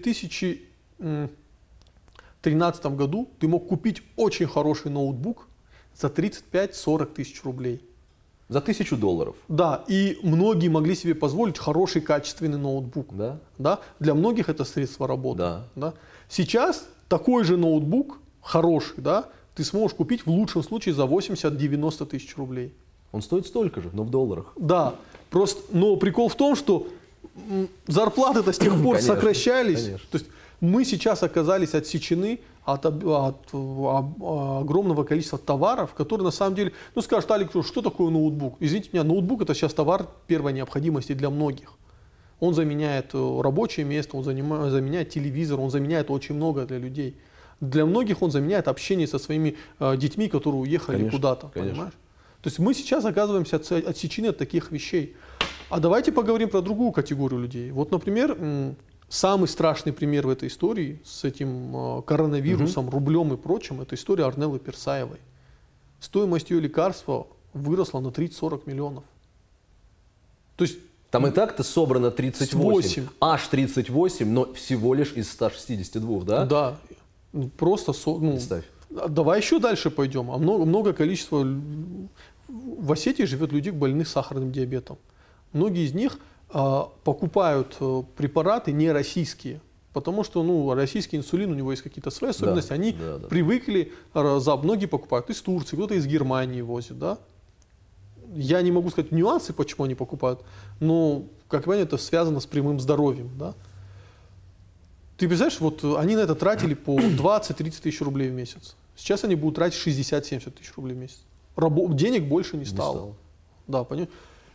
2013 году ты мог купить очень хороший ноутбук за 35-40 тысяч рублей. За $1000. Да, и многие могли себе позволить хороший качественный ноутбук. Да. Да? Для многих это средство работы. Да. Да? Сейчас такой же ноутбук, хороший, да, ты сможешь купить в лучшем случае за 80-90 тысяч рублей. Он стоит столько же, но в долларах. Да, просто, но прикол в том, что зарплаты-то с тех пор сокращались. Конечно. То есть мы сейчас оказались отсечены от огромного количества товаров, которые на самом деле, ну скажут, Алик, что такое ноутбук? Извините меня, ноутбук это сейчас товар первой необходимости для многих. Он заменяет рабочее место, он заменяет телевизор, он заменяет очень много для людей. Для многих он заменяет общение со своими детьми, которые уехали куда-то, понимаешь? То есть мы сейчас оказываемся отсечены от таких вещей. А давайте поговорим про другую категорию людей. Вот, например, самый страшный пример в этой истории с этим коронавирусом, рублем и прочим, это история Арнеллы Персаевой. Стоимость ее лекарства выросла на 30-40 миллионов. То есть там и так-то собрано 38, аж 38, но всего лишь из 162, да? Да, просто, представь. Давай еще дальше пойдем. А много количества, в Осетии живет людей, больных сахарным диабетом. Многие из них покупают препараты не российские, потому что российский инсулин, у него есть какие-то свои особенности, они привыкли, многие покупают из Турции, кто-то из Германии возит, да. Я не могу сказать нюансы, почему они покупают, но, как понятно, это связано с прямым здоровьем, да. Ты представляешь, вот они на это тратили по 20-30 тысяч рублей в месяц. Сейчас они будут тратить 60-70 тысяч рублей в месяц. Денег больше не стало. Да, понимаешь?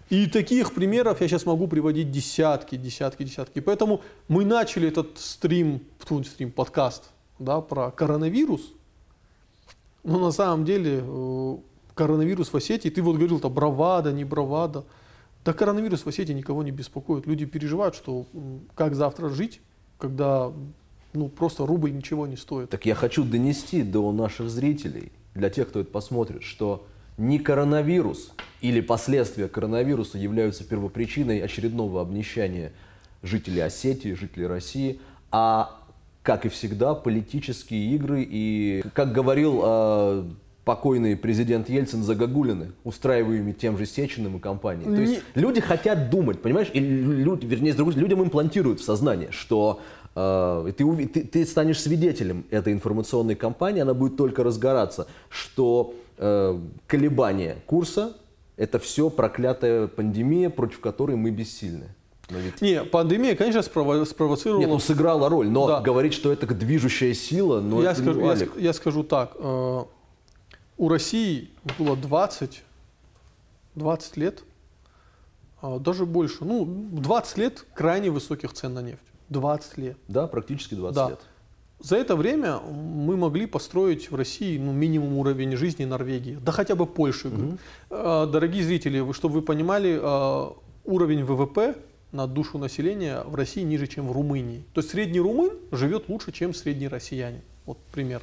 И таких примеров я сейчас могу приводить десятки. Поэтому мы начали этот подкаст, да, про коронавирус. Но на самом деле коронавирус в Осетии, ты вот говорил, там бравада, не бравада. Да коронавирус в Осетии никого не беспокоит. Люди переживают, что как завтра жить, когда просто рубль ничего не стоит. Так я хочу донести до наших зрителей, для тех, кто это посмотрит, что не коронавирус или последствия коронавируса являются первопричиной очередного обнищания жителей Осетии, жителей России, а, как и всегда, политические игры и, как говорил покойный президент Ельцин, загогулины, устраиваемые тем же Сечиным и компанией. То есть люди хотят думать, понимаешь? И людям имплантируют в сознание, что ты станешь свидетелем этой информационной кампании, она будет только разгораться, что колебания курса – это все проклятая пандемия, против которой мы бессильны. Не, пандемия, конечно, спровоцировала... Нет, сыграла роль, но да. Говорить, что это движущая сила, но я скажу так. У России было 20 лет, даже больше, 20 лет крайне высоких цен на нефть. 20 лет. Да, практически 20 лет. За это время мы могли построить в России минимум уровень жизни Норвегии, да хотя бы Польши. Угу. Дорогие зрители, чтобы вы понимали, уровень ВВП на душу населения в России ниже, чем в Румынии. То есть средний румын живет лучше, чем средний россиянин. Вот пример.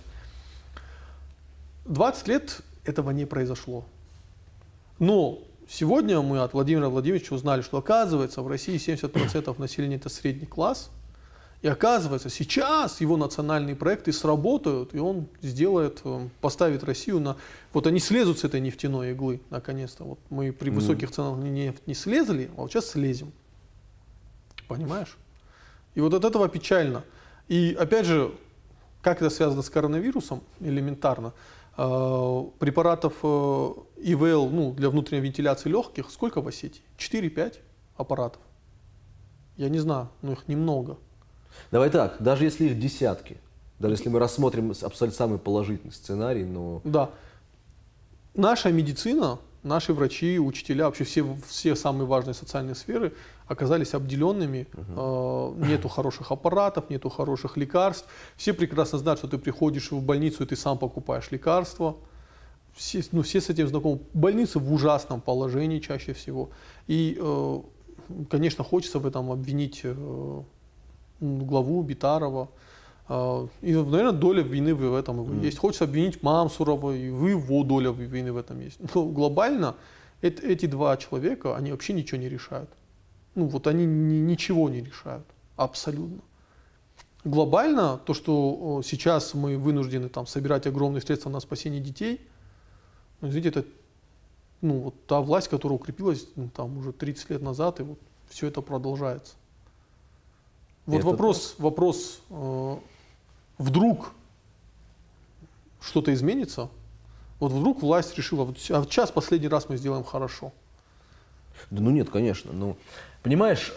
20 лет этого не произошло. Но сегодня мы от Владимира Владимировича узнали, что оказывается в России 70% населения это средний класс. И оказывается, сейчас его национальные проекты сработают, и он поставит Россию на... Вот они слезут с этой нефтяной иглы, наконец-то. Вот мы при высоких ценах на нефть не слезли, а вот сейчас слезем. Понимаешь? И вот от этого печально. И опять же, как это связано с коронавирусом? Элементарно. Препаратов ИВЛ, для внутренней вентиляции легких, сколько в Осетии? 4-5 аппаратов. Я не знаю, но их немного. Давай так, даже если их десятки, даже если мы рассмотрим абсолютно самый положительный сценарий, но... Да. Наша медицина, наши врачи, учителя, вообще все самые важные социальные сферы оказались обделенными. Нету хороших аппаратов, нету хороших лекарств. Все прекрасно знают, что ты приходишь в больницу, и ты сам покупаешь лекарства. Все с этим знакомы. Больницы в ужасном положении чаще всего. И, конечно, хочется в этом обвинить главу Битарова. И, наверное, доля вины в этом есть. Хочется обвинить Мамсурова, и его доля вины в этом есть. Но глобально эти два человека, они вообще ничего не решают. Они ничего не решают. Абсолютно. Глобально то, что сейчас мы вынуждены собирать огромные средства на спасение детей, видите, это та власть, которая укрепилась уже 30 лет назад, и все это продолжается. Вот вопрос, вдруг что-то изменится, вот вдруг власть решила, сейчас последний раз мы сделаем хорошо. Да нет, конечно. Понимаешь,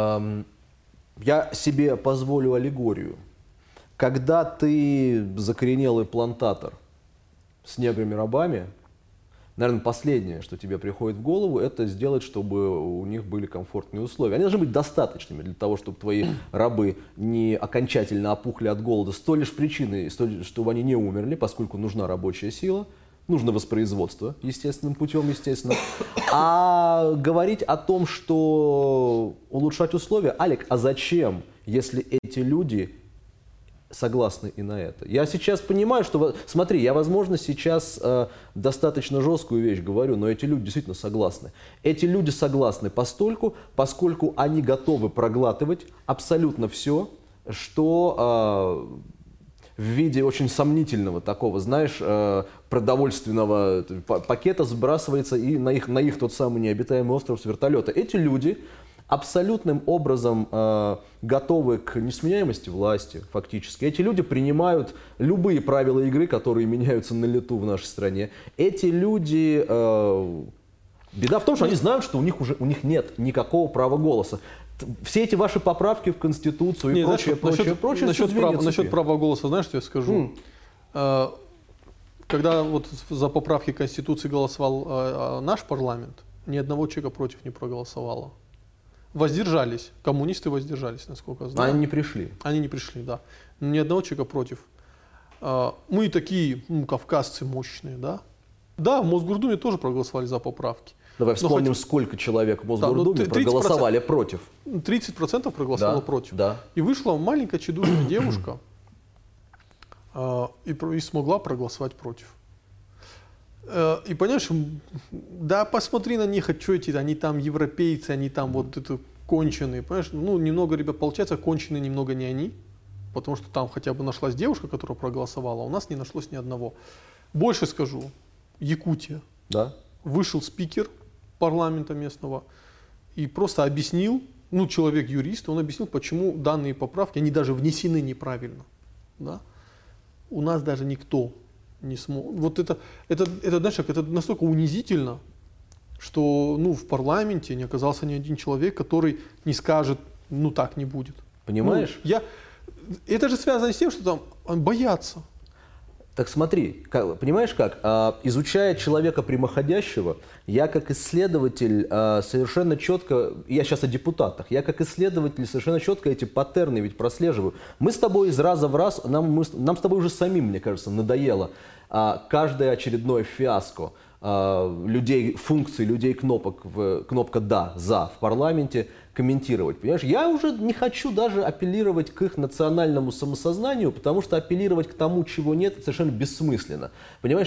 я себе позволю аллегорию. Когда ты закоренелый плантатор с неграми-рабами, наверное, последнее, что тебе приходит в голову, это сделать, чтобы у них были комфортные условия. Они должны быть достаточными для того, чтобы твои рабы не окончательно опухли от голода. С той лишь причиной, чтобы они не умерли, поскольку нужна рабочая сила, нужно воспроизводство естественным путем, естественно. А говорить о том, что улучшать условия, Алик, а зачем, если эти люди согласны и на это? Я сейчас понимаю, что... Смотри, я, возможно, сейчас достаточно жесткую вещь говорю, но эти люди действительно согласны. Эти люди согласны поскольку они готовы проглатывать абсолютно все, что в виде очень сомнительного такого, знаешь, продовольственного пакета сбрасывается и на их тот самый необитаемый остров с вертолета. Эти люди абсолютным образом готовы к несменяемости власти, фактически. Эти люди принимают любые правила игры, которые меняются на лету в нашей стране. Эти люди... Беда в том, что они знают, что у них нет никакого права голоса. Все эти ваши поправки в Конституцию и прочее. Насчет права голоса, знаешь, что я скажу? Когда за поправки Конституции голосовал наш парламент, ни одного человека против не проголосовало. Воздержались, коммунисты воздержались, насколько я знаю. Они не пришли. Они не пришли, да. Ни одного человека против. Мы такие, кавказцы мощные, да. Да, в Мосгордуме тоже проголосовали за поправки. Давай вспомним, сколько человек в Мосгордуме проголосовали против. 30% проголосовало против. Да. И вышла маленькая чудушная девушка и смогла проголосовать против. И понимаешь, да посмотри на них, что эти, они там европейцы, они там вот это конченые, понимаешь, ну немного, ребят, получается, конченые немного не они, потому что там хотя бы нашлась девушка, которая проголосовала, а у нас не нашлось ни одного. Больше скажу, Якутия. Да. Вышел спикер парламента местного и просто объяснил, ну человек юрист, он объяснил, почему данные поправки, они даже внесены неправильно. Да? У нас даже никто не смог. Вот это, знаешь, это настолько унизительно, что ну, в парламенте не оказался ни один человек, который не скажет, ну так не будет. Понимаешь? Ну, это же связано с тем, что там боятся. Так смотри, понимаешь как? Изучая человека прямоходящего, я как исследователь совершенно четко, я сейчас о депутатах, я как исследователь совершенно четко эти паттерны ведь прослеживаю. Мы с тобой из раза в раз, нам с тобой уже самим, мне кажется, надоело каждое очередное фиаско людей, функций, людей кнопок, кнопка «да», «за» в парламенте комментировать. Понимаешь, я уже не хочу даже апеллировать к их национальному самосознанию, потому что апеллировать к тому, чего нет, совершенно бессмысленно. Понимаешь,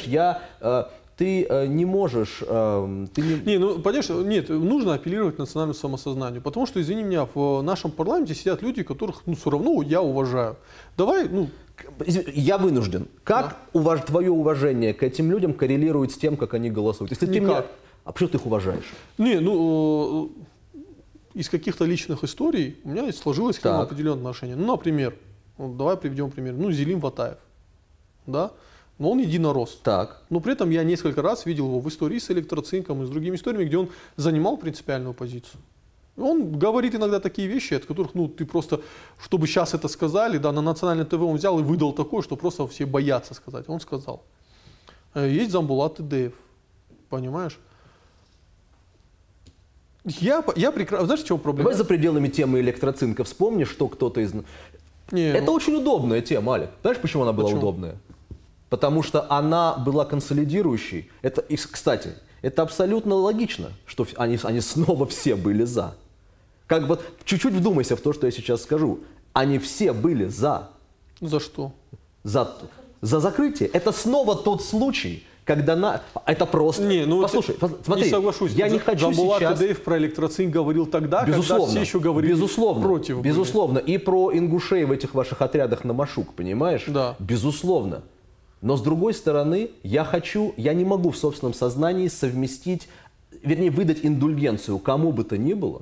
ты не можешь... ну, понимаешь, нет, нужно апеллировать к национальному самосознанию, потому что, извини меня, в нашем парламенте сидят люди, которых, ну, все равно я уважаю. Давай, ну... Я вынужден. Как твое уважение к этим людям коррелирует с тем, как они голосуют? Если ты меня... А почему ты их уважаешь? Не, ну, из каких-то личных историй у меня сложилось к ним определенное отношение. Ну, например, давай приведем пример. Ну, Зелим Ватаев, да? Но он единорос. Так. Но при этом я несколько раз видел его в истории с электроцинком и с другими историями, где он занимал принципиальную позицию. Он говорит иногда такие вещи, от которых, ну, ты просто, чтобы сейчас это сказали, да, на национальное ТВ он взял и выдал такое, что просто все боятся сказать. Он сказал. Есть Замбулат Тыдеев, понимаешь? Я прекрасно... Знаешь, в чем проблема? Давай за пределами темы электроцинка вспомни, что кто-то из... Это очень удобная тема, Алик. Знаешь, почему она была удобная? Потому что она была консолидирующей. Это, кстати, это абсолютно логично, что они снова все были за. Как бы чуть-чуть вдумайся в то, что я сейчас скажу. Они все были за. За что? За закрытие. Это снова тот случай, когда это просто... Послушай, смотри, не соглашусь. Я не хочу Замбулат сейчас... Тыдеев про электроцинк говорил тогда, когда все еще говорили против. Безусловно. И про ингушей в этих ваших отрядах на Машук, понимаешь? Да. Безусловно. Но с другой стороны, я не могу в собственном сознании совместить, вернее, выдать индульгенцию кому бы то ни было.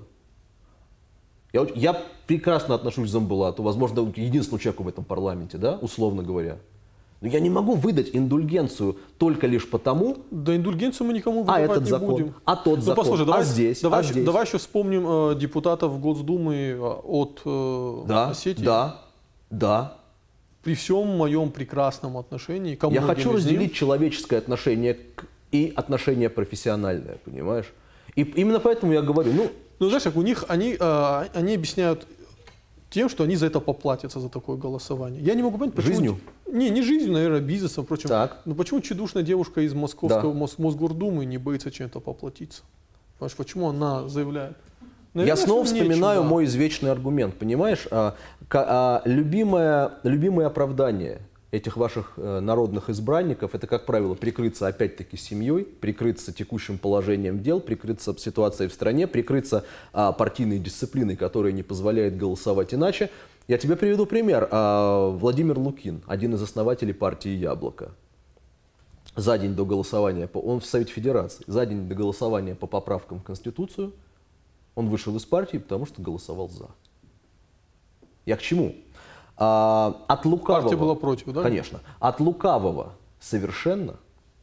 Я прекрасно отношусь к Замбулату, возможно, единственному человеку в этом парламенте, да, условно говоря. Но я не могу выдать индульгенцию только лишь потому... Да индульгенцию мы никому выдавать этот не закон, будем. А тот закон, послушай, давай здесь. еще вспомним депутатов Госдумы от Осетии. Да. При всем моем прекрасном отношении ко многим. Я хочу разделить ним... человеческое отношение и отношение профессиональное, понимаешь? И именно поэтому я говорю, Ну, знаешь, как у них, они объясняют тем, что они за это поплатятся, за такое голосование. Я не могу понять, почему... Жизнью? Не жизнью, наверное, бизнесом, впрочем. Так. Но почему чудушная девушка из Московского Мосгордумы не боится чем-то поплатиться? Понимаешь, почему она заявляет? Наверное, я снова вспоминаю мой извечный аргумент, понимаешь? Любимое оправдание этих ваших народных избранников, это, как правило, прикрыться опять-таки семьей, прикрыться текущим положением дел, прикрыться ситуацией в стране, прикрыться партийной дисциплиной, которая не позволяет голосовать иначе. Я тебе приведу пример. Владимир Лукин, один из основателей партии «Яблоко». За день до голосования, он в Совете Федерации, за день до голосования по поправкам в Конституцию, он вышел из партии, потому что голосовал за. Я к чему? От лукавого... Партия была против, да? Конечно. От лукавого совершенно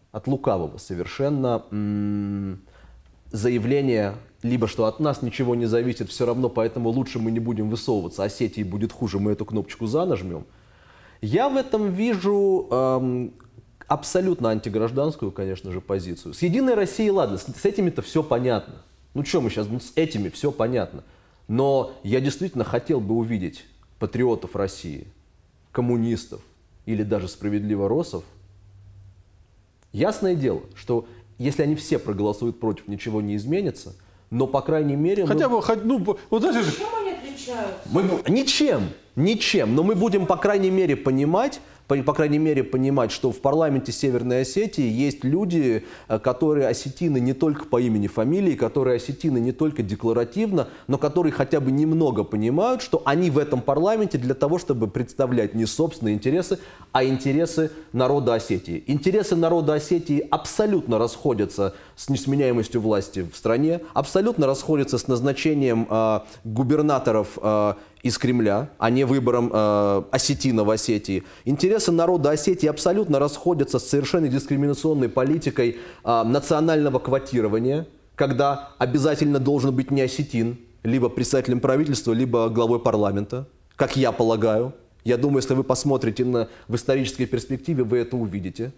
заявление, либо что от нас ничего не зависит, все равно, поэтому лучше мы не будем высовываться, Осетии будет хуже, мы эту кнопочку за нажмем. Я в этом вижу абсолютно антигражданскую, конечно же, позицию. С «Единой Россией», ладно, с этими-то все понятно. Ну что мы сейчас, с этими все понятно. Но я действительно хотел бы увидеть патриотов России, коммунистов или даже справедливоросов. Ясное дело, что если они все проголосуют против, ничего не изменится, но, по крайней мере... Хотя бы, ну, вот знаешь... Чем они отличаются? Ничем, но мы будем, по крайней мере, понимать, что в парламенте Северной Осетии есть люди, которые осетины не только по имени, фамилии, которые осетины не только декларативно, но которые хотя бы немного понимают, что они в этом парламенте для того, чтобы представлять не собственные интересы, а интересы народа Осетии. Интересы народа Осетии абсолютно расходятся с несменяемостью власти в стране, абсолютно расходятся с назначением губернаторов из Кремля, а не выбором осетина в Осетии. Интересы народа Осетии абсолютно расходятся с совершенно дискриминационной политикой национального квотирования, когда обязательно должен быть не осетин, либо председателем правительства, либо главой парламента, как я полагаю. Я думаю, если вы посмотрите в исторической перспективе, вы это увидите.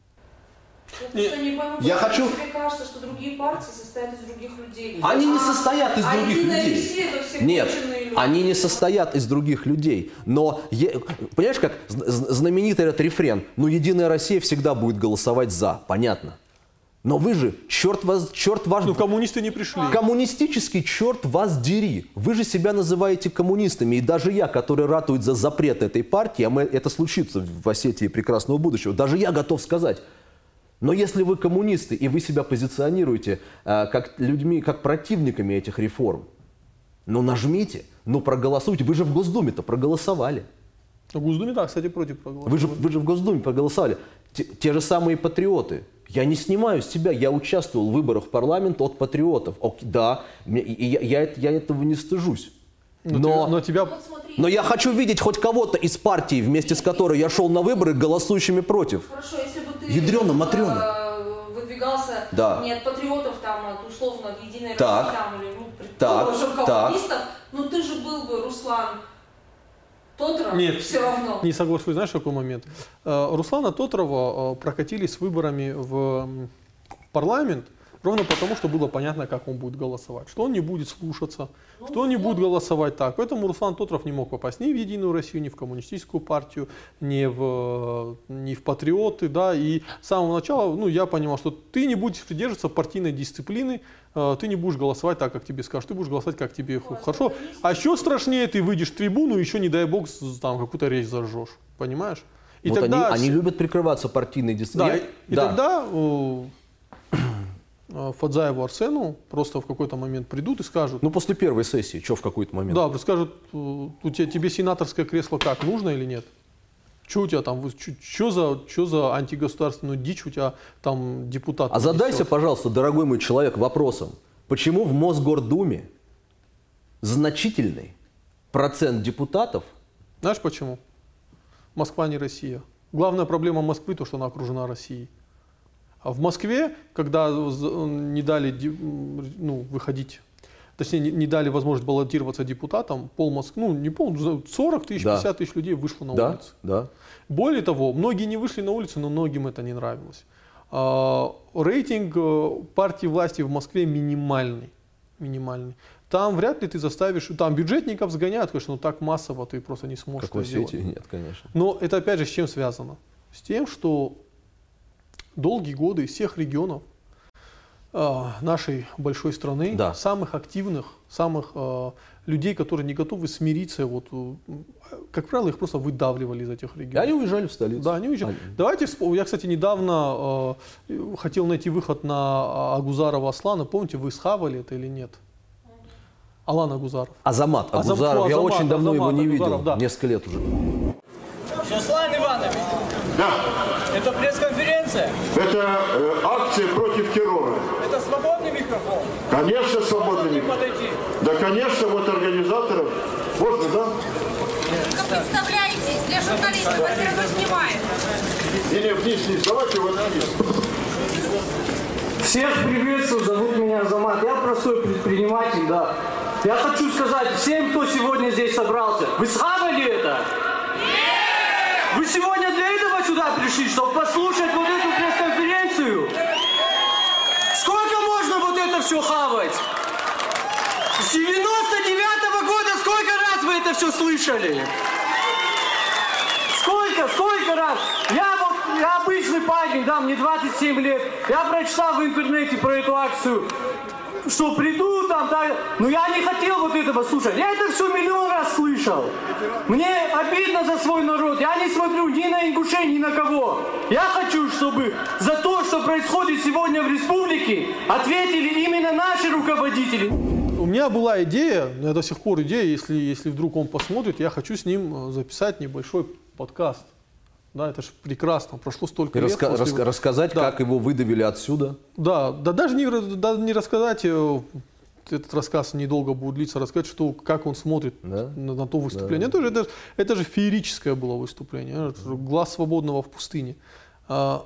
Я хочу... Мне кажется, что другие партии состоят из других людей. Они не состоят из других людей. Нет, они не состоят из других людей. Но, понимаешь, как знаменитый этот рефрен, ну, «Единая Россия» всегда будет голосовать «за», понятно. Но вы же, черт ваш... Ну, коммунисты не пришли. Коммунистический черт вас дери. Вы же себя называете коммунистами. И даже я, который ратует за запрет этой партии, а это случится в Осетии прекрасного будущего, даже я готов сказать... Но если вы коммунисты и вы себя позиционируете как людьми, как противниками этих реформ, ну нажмите, ну проголосуйте. Вы же в Госдуме-то проголосовали. В Госдуме, да, кстати, против проголосовали. Вы же в Госдуме проголосовали. Те же самые патриоты. Я не снимаю с себя, я участвовал в выборах в парламент от патриотов. Да, я этого не стыжусь. Но я хочу видеть хоть кого-то из партии, вместе с которой я шел на выборы, голосующими против. Хорошо, если бы ты выдвигался не от патриотов, там, от условно от «Единой России», там, или, предположим, коммунистов, но ты же был бы, Руслан Тотров, нет, все равно. Не соглашусь, знаешь, какой момент? Руслана Тотрова прокатили с выборами в парламент, ровно потому, что было понятно, как он будет голосовать. Что он не будет слушаться, что он не будет голосовать так. Поэтому Руслан Тотров не мог попасть ни в «Единую Россию», ни в коммунистическую партию, ни в патриоты. Да. И с самого начала я понимал, что ты не будешь придерживаться партийной дисциплины, ты не будешь голосовать так, как тебе скажут, ты будешь голосовать, как тебе хорошо. А еще страшнее, ты выйдешь в трибуну, еще, не дай бог, там какую-то речь зажжешь. Понимаешь? И вот тогда... они любят прикрываться партийной дисциплиной. Да, тогда... Фадзаеву, Арсену просто в какой-то момент придут и скажут... Ну, после первой сессии, что в какой-то момент? Да, скажут, тебе сенаторское кресло как, нужно или нет? Что у тебя там, что за антигосударственную дичь у тебя там депутат? А задайся, пожалуйста, дорогой мой человек, вопросом. Почему в Мосгордуме значительный процент депутатов... Знаешь почему? Москва не Россия. Главная проблема Москвы то, что она окружена Россией. А в Москве, когда не дали выходить, точнее не дали возможность баллотироваться депутатам, 40 тысяч, 50 тысяч людей вышло на улицу. Да. Более того, многие не вышли на улицу, но многим это не нравилось. Рейтинг партии власти в Москве минимальный. Там вряд ли ты заставишь, там бюджетников сгоняют, конечно, но так массово ты просто не сможешь это сделать. Как в Осетии? Нет, конечно. Но это опять же с чем связано? С тем, что долгие годы из всех регионов нашей большой страны, самых активных, самых людей, которые не готовы смириться, как правило, их просто выдавливали из этих регионов. И они уезжали в столицу. Да, они уезжали. Давайте вспомним. Я, кстати, недавно хотел найти выход на Агузарова Аслана. Помните, вы схавали это или нет? Алан Агузаров. Азамат Агузаров. Я очень давно его не видел. Несколько лет уже. Руслан Иванович. Да. Это пресс-конференция? Это акция против террора. Это свободный микрофон? Конечно, свободный микрофон. Да, конечно, вот организаторов. Можно, да? Как представляетесь, для журналистов вас все равно снимают. Не, вниз, давайте вот вниз. Всех приветствую, зовут меня Азамат. Я простой предприниматель, да. Я хочу сказать всем, кто сегодня здесь собрался, вы схавали это? Вы сегодня для этого сюда пришли, чтобы послушать вот реакцию? Сколько можно вот это все хавать? С 99-го года сколько раз вы это все слышали? Сколько раз? Я обычный парень, да, мне 27 лет. Я прочитал в интернете про эту акцию, что приду там, так. Но я не хотел вот этого слушать. Я это все миллион раз слышал. Мне обидно за свой народ. Я не смотрю ни на ингушей, ни на кого. Я хочу, чтобы за то, что происходит сегодня в республике, ответили именно наши руководители. У меня была идея, это до сих пор идея, если вдруг он посмотрит, я хочу с ним записать небольшой подкаст. Да, это же прекрасно, прошло столько лет. Рассказать, да, как его выдавили отсюда? Да, даже не рассказать, этот рассказ недолго будет длиться, рассказать, как он смотрит, да, на то выступление. Да. Это же феерическое было выступление, глаз свободного в пустыне. Но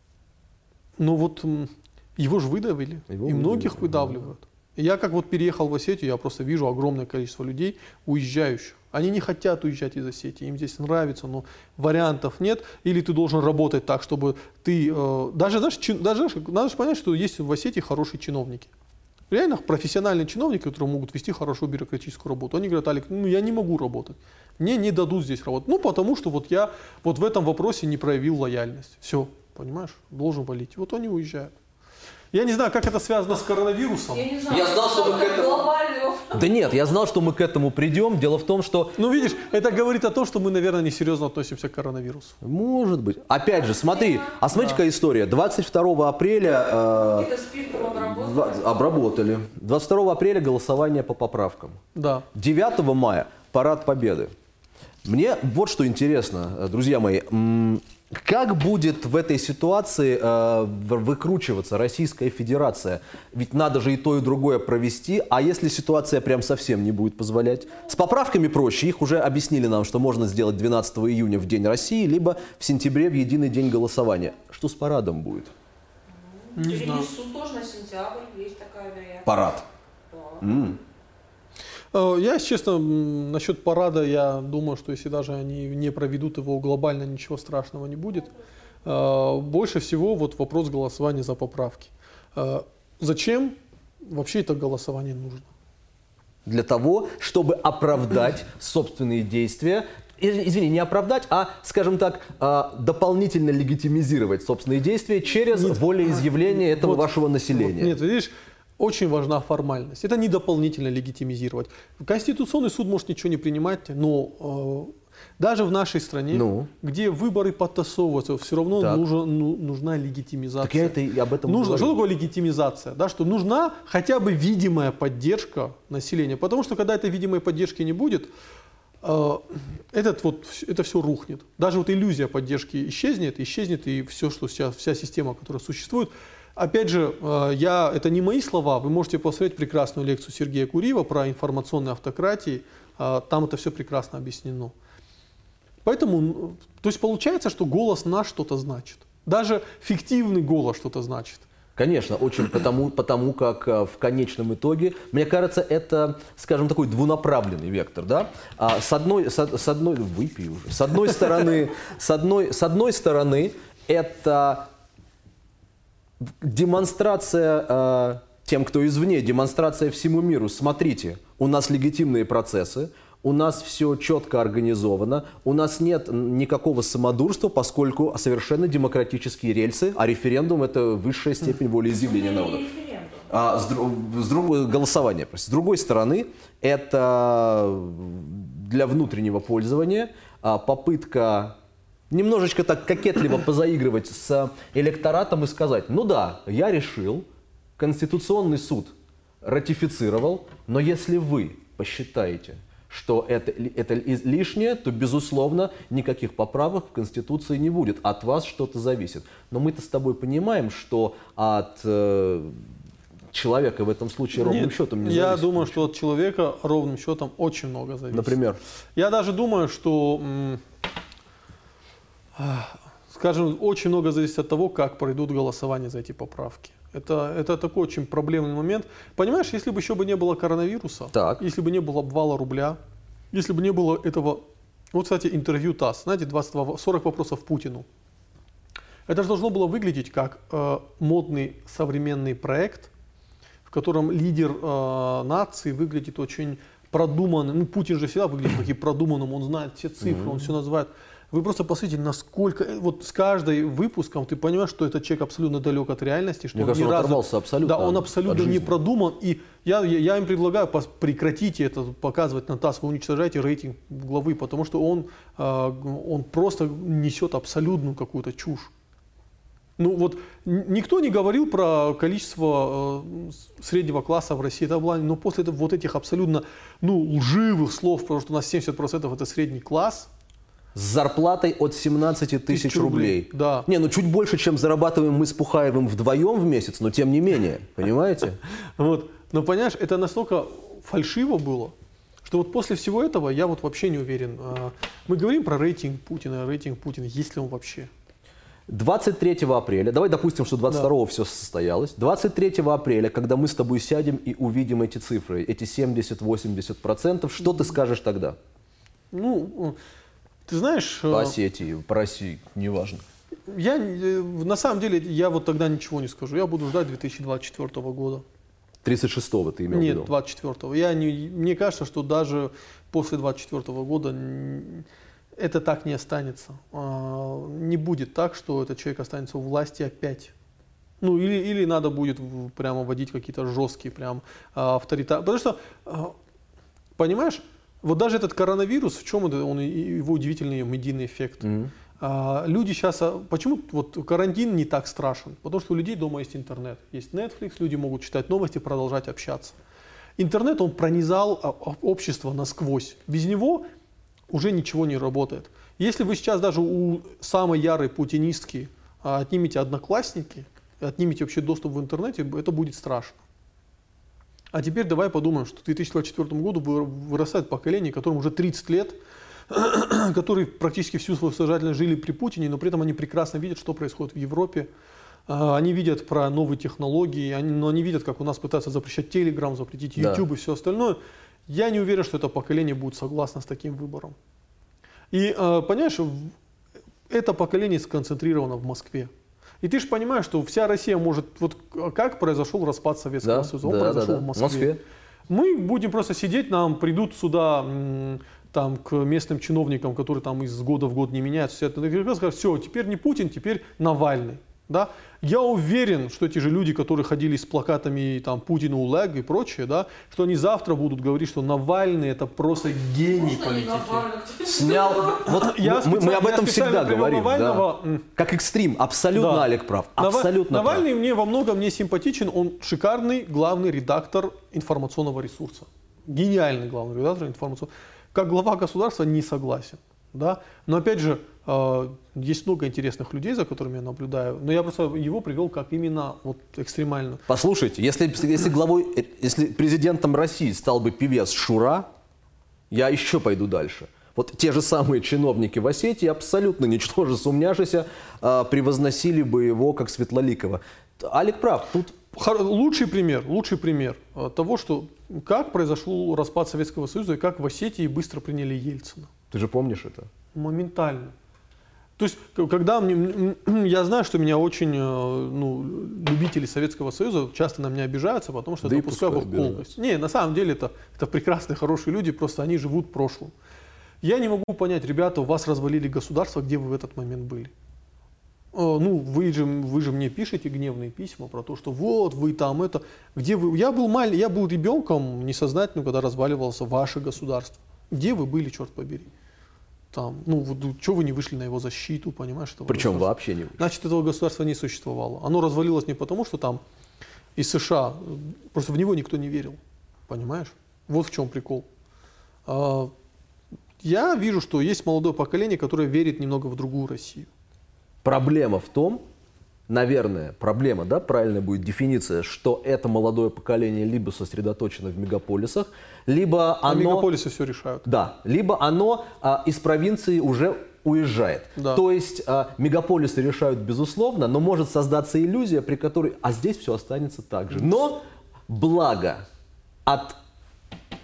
вот его же выдавили, и многих выдавливают. И я как вот переехал в Осетию, я просто вижу огромное количество людей, уезжающих. Они не хотят уезжать из Осетии, им здесь нравится, но вариантов нет. Или ты должен работать так, чтобы ты... Даже надо же понять, что есть в Осетии хорошие чиновники. Реально профессиональные чиновники, которые могут вести хорошую бюрократическую работу. Они говорят: Алик, я не могу работать, мне не дадут здесь работать. Потому что вот я вот в этом вопросе не проявил лояльность. Все, понимаешь, должен валить. Вот они уезжают. Я не знаю, как это связано с коронавирусом. Я не знаю, я знал, что мы к этому... Да нет, я знал, что мы к этому придем. Дело в том, что... Ну видишь, это говорит о том, что мы, наверное, несерьезно относимся к коронавирусу. Может быть. Опять же, смотри, смотрите-ка история. 22 апреля... обработали. 22 апреля голосование по поправкам. Да. 9 мая парад Победы. Мне вот что интересно, друзья мои. Как будет в этой ситуации выкручиваться Российская Федерация? Ведь надо же и то, и другое провести. А если ситуация прям совсем не будет позволять? С поправками проще. Их уже объяснили нам, что можно сделать 12 июня в День России, либо в сентябре в единый день голосования. Что с парадом будет? Не знаю. Перенесут тоже на сентябрь, есть такая вероятность. Парад? Да. Я, если честно, насчет парада, я думаю, что если даже они не проведут его глобально, ничего страшного не будет. Больше всего вот вопрос голосования за поправки. Зачем вообще это голосование нужно? Для того, чтобы оправдать собственные действия. Извини, не оправдать, а, скажем так, дополнительно легитимизировать собственные действия через волеизъявление этого вашего населения. Нет, видишь, очень важна формальность. Это не дополнительно легитимизировать. Конституционный суд может ничего не принимать, но даже в нашей стране, где выборы подтасовываются, все равно нужна легитимизация. Так я это и об этом говорю. Что такое легитимизация? Да, что нужна хотя бы видимая поддержка населения. Потому что когда этой видимой поддержки не будет, это все рухнет. Даже вот иллюзия поддержки исчезнет и все, что сейчас, вся система, которая существует. Опять же, это не мои слова, вы можете посмотреть прекрасную лекцию Сергея Куриева про информационные автократии, там это все прекрасно объяснено. Поэтому, то есть получается, что голос наш что-то значит. Даже фиктивный голос что-то значит. Конечно, очень, потому как в конечном итоге, мне кажется, это, скажем, такой двунаправленный вектор, да? С одной стороны, это демонстрация тем, кто извне, демонстрация всему миру. Смотрите, у нас легитимные процессы, у нас все четко организовано, у нас нет никакого самодурства, поскольку совершенно демократические рельсы, а референдум — это высшая степень волеизъявления народа. Голосование. С другой стороны, это для внутреннего пользования попытка немножечко так кокетливо позаигрывать с электоратом и сказать: ну да, я решил, Конституционный суд ратифицировал, но если вы посчитаете, что это лишнее, то, безусловно, никаких поправок в Конституции не будет. От вас что-то зависит. Но мы-то с тобой понимаем, что от человека в этом случае ровным счетом не зависит. Я думаю, что от человека ровным счетом очень много зависит. Например? Я даже думаю, что, скажем, очень много зависит от того, как пройдут голосования за эти поправки. Это такой очень проблемный момент. Понимаешь, если бы еще не было коронавируса, если бы не было обвала рубля, если бы не было этого... Вот, кстати, интервью ТАСС, знаете, 40 вопросов Путину. Это же должно было выглядеть как модный современный проект, в котором лидер нации выглядит очень продуманным. Ну, Путин же всегда выглядит таким продуманным, он знает все цифры, он все называет. Вы просто посмотрите, насколько, вот с каждым выпуском ты понимаешь, что этот человек абсолютно далек от реальности. Что Мне кажется, он оторвался абсолютно. Да, он абсолютно не продуман. И я им предлагаю, прекратите это показывать на ТАСС, вы уничтожаете рейтинг главы, потому что он просто несет абсолютную какую-то чушь. Ну вот никто не говорил про количество среднего класса в России, но после вот этих абсолютно лживых слов, потому что у нас 70% это средний класс. С зарплатой от 17 тысяч рублей. Да. Не, чуть больше, чем зарабатываем мы с Пухаевым вдвоем в месяц, но тем не менее, понимаете? Вот. Но понимаешь, это настолько фальшиво было, что вот после всего этого я вот вообще не уверен. Мы говорим про рейтинг Путина, есть ли он вообще? 23 апреля, давай допустим, что 22 все состоялось. 23 апреля, когда мы с тобой сядем и увидим эти цифры, эти 70-80%, что ты скажешь тогда? Ты знаешь... По Осетии, по России, неважно. На самом деле, я вот тогда ничего не скажу. Я буду ждать 2024 года. 36-го ты имел в виду? Нет, 24-го. Мне кажется, что даже после 2024 года это так не останется. Не будет так, что этот человек останется у власти опять. Или надо будет прямо вводить какие-то жесткие прям авторитарные. Потому что, понимаешь, вот даже этот коронавирус, в чем его удивительный медийный эффект? Люди сейчас... Почему вот карантин не так страшен? Потому что у людей дома есть интернет. Есть Netflix, люди могут читать новости, продолжать общаться. Интернет, он пронизал общество насквозь. Без него уже ничего не работает. Если вы сейчас даже у самой ярой путинистки отнимете одноклассники, отнимете вообще доступ в интернете, это будет страшно. А теперь давай подумаем, что в 2024 году вырастает поколение, которым уже 30 лет, которые практически всю свою содержательность жили при Путине, но при этом они прекрасно видят, что происходит в Европе. Они видят про новые технологии, но они видят, как у нас пытаются запрещать Telegram, запретить YouTube и все остальное. Я не уверен, что это поколение будет согласно с таким выбором. И, понимаешь, это поколение сконцентрировано в Москве. И ты же понимаешь, что вся Россия может... Вот как произошел распад Советского Союза? Он произошел в Москве. Мы будем просто сидеть, нам придут сюда там, к местным чиновникам, которые там из года в год не меняются. Скажут, все, теперь не Путин, теперь Навальный. Да? Я уверен, что эти же люди, которые ходили с плакатами там, Путину улег и прочее, да, что они завтра будут говорить, что Навальный это просто гений политики. Снял. Вот мы об этом всегда говорим. Да. Как экстрим. Абсолютно, да. Олег прав. Абсолютно Навальный прав. мне во многом не симпатичен. Он шикарный главный редактор информационного ресурса. Гениальный главный редактор информационного. Как глава государства не согласен. Да? Но опять же, есть много интересных людей, за которыми я наблюдаю, но я просто его привел как именно вот экстремально. Послушайте, если президентом России стал бы певец Шура, я еще пойду дальше. Вот те же самые чиновники в Осетии, абсолютно ничтоже сумняшися, превозносили бы его как Светлоликова. Олег прав, тут... Лучший пример того, что как произошел распад Советского Союза и как в Осетии быстро приняли Ельцина. Ты же помнишь это? Моментально. То есть, когда я знаю, что меня очень любители Советского Союза часто на меня обижаются, потому что я допускаю их колкость. Не, на самом деле это прекрасные, хорошие люди, просто они живут в прошлом. Я не могу понять, ребята, у вас развалили государство, где вы в этот момент были? Вы же мне пишете гневные письма про то, что вот вы там это, где вы? Я был ребенком несознательным, когда разваливалось ваше государство. Где вы были, черт побери? Там, что вы не вышли на его защиту, понимаешь? Причем вообще не вышли. Значит, этого государства не существовало. Оно развалилось не потому, что там из США, просто в него никто не верил, понимаешь? Вот в чем прикол. Я вижу, что есть молодое поколение, которое верит немного в другую Россию. Проблема в том, наверное, правильная будет дефиниция, что это молодое поколение либо сосредоточено в мегаполисах, либо оно... мегаполисы все решают. Да, либо оно из провинции уже уезжает. Да. То есть мегаполисы решают безусловно, но может создаться иллюзия, при которой, здесь все останется так же. Но благо от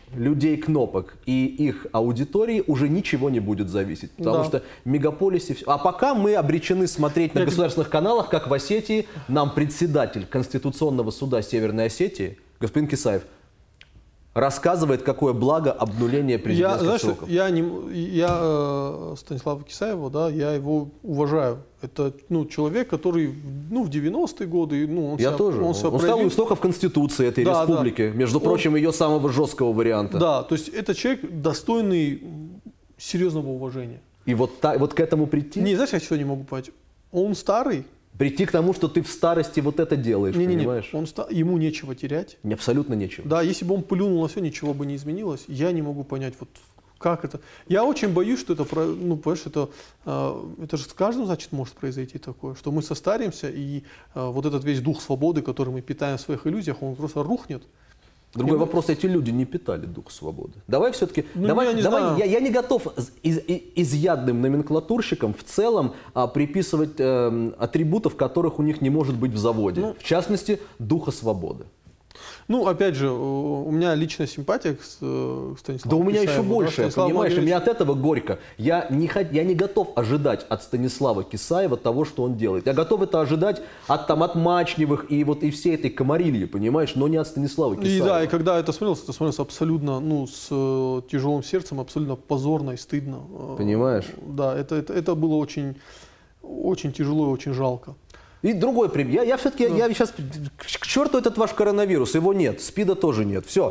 людей кнопок и их аудитории уже ничего не будет зависеть. Потому что в мегаполисе... А пока мы обречены смотреть на государственных каналах, как в Осетии нам председатель Конституционного суда Северной Осетии, господин Кисаев, рассказывает, какое благо обнуление президентских сроков. Я Станислава Кисаева, да, я его уважаю. Это человек, который в 90-е годы... Он стал истока в Конституции этой республики. Между прочим, ее самого жесткого варианта. Да, то есть это человек, достойный серьезного уважения. И вот к этому прийти? Не, знаешь, я чего не могу понять? Он старый. Прийти к тому, что ты в старости вот это делаешь, понимаешь? Ему нечего терять. Абсолютно нечего. Да, если бы он плюнул на все, ничего бы не изменилось. Я не могу понять, как это. Я очень боюсь, что это, понимаешь, это же с каждым, значит, может произойти такое, что мы состаримся, и вот этот весь дух свободы, который мы питаем в своих иллюзиях, он просто рухнет. Другой вопрос, эти люди не питали дух свободы. Давай все-таки, я не готов изъядным номенклатурщикам в целом приписывать атрибутов, которых у них не может быть в заводе. В частности, духа свободы. Опять же, у меня личная симпатия к Станиславу Кисаеву. Да у меня еще больше, понимаешь, и мне от этого горько. Я не готов ожидать от Станислава Кисаева того, что он делает. Я готов это ожидать от Мачневых и всей этой комарильи, понимаешь, но не от Станислава Кисаева. И когда это смотрелось абсолютно, с тяжелым сердцем, абсолютно позорно и стыдно. Понимаешь? Да, это было очень, очень тяжело и очень жалко. И другой пример. Я сейчас к черту этот ваш коронавирус, его нет, СПИДа тоже нет, все.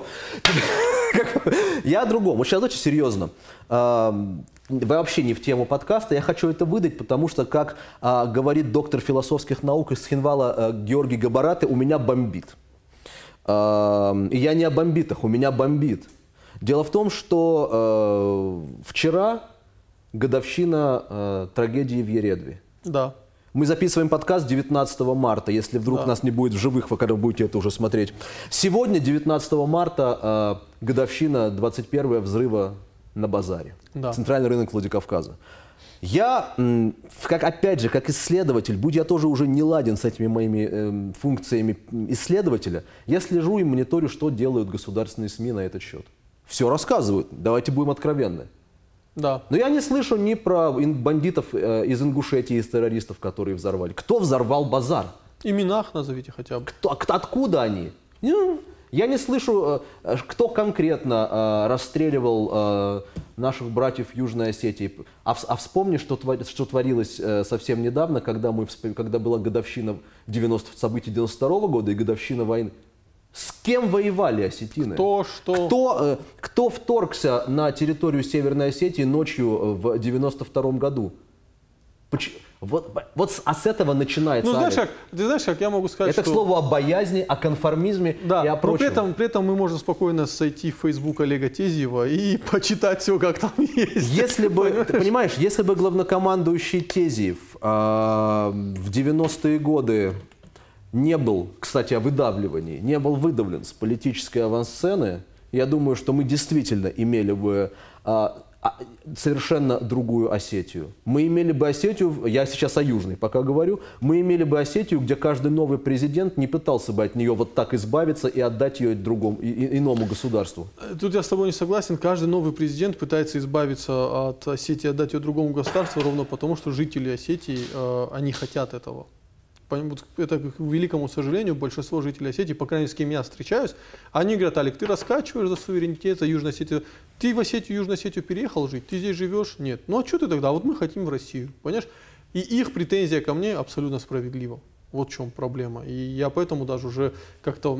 Я о другом. Вот сейчас очень серьезно. Вообще не в тему подкаста. Я хочу это выдать, потому что, как говорит доктор философских наук из Хинвала Георгий Габараты, у меня бомбит. И я не о бомбитах, у меня бомбит. Дело в том, что вчера годовщина трагедии в Ередве. Да. Мы записываем подкаст 19 марта, если вдруг нас не будет в живых, вы когда будете это уже смотреть. Сегодня, 19 марта, годовщина 21-го взрыва на базаре. Да. Центральный рынок Владикавказа. Я, опять же, как исследователь, будь я тоже уже не ладен с этими моими функциями исследователя, я слежу и мониторю, что делают государственные СМИ на этот счет. Все рассказывают, давайте будем откровенны. Да. Но я не слышу ни про бандитов из Ингушетии, из террористов, которые взорвали. Кто взорвал базар? Имена их назовите хотя бы. Откуда они? Я не слышу, кто конкретно расстреливал наших братьев в Южной Осетии. А вспомни, что творилось совсем недавно, когда была годовщина событий 92-го года и годовщина войны. С кем воевали осетины? Кто вторгся на территорию Северной Осетии ночью в 92-м году? С этого начинается. Ты знаешь, как я могу сказать, это, к слову, о боязни, о конформизме и о прочем. Но при этом мы можем спокойно зайти в Facebook Олега Тезиева и почитать все, как там есть. Если бы главнокомандующий Тезиев в 90-е годы не был, кстати, о выдавливании, не был выдавлен с политической авансцены, я думаю, что мы действительно имели бы совершенно другую Осетию. Мы имели бы Осетию, я сейчас о Южной пока говорю, мы имели бы Осетию, где каждый новый президент не пытался бы от нее вот так избавиться и отдать ее иному государству. Тут я с тобой не согласен. Каждый новый президент пытается избавиться от Осетии, отдать ее другому государству, ровно потому, что жители Осетии, они хотят этого. Это, к великому сожалению, большинство жителей Осетии, по крайней мере, с кем я встречаюсь, они говорят: Олег, ты раскачиваешь за суверенитет, за Южную Осетию. Ты в Осетию, Южную Осетию переехал жить, ты здесь живешь? Нет. Ну а что ты тогда? Вот мы хотим в Россию, понимаешь? И их претензия ко мне абсолютно справедлива. Вот в чем проблема. И я поэтому даже уже как-то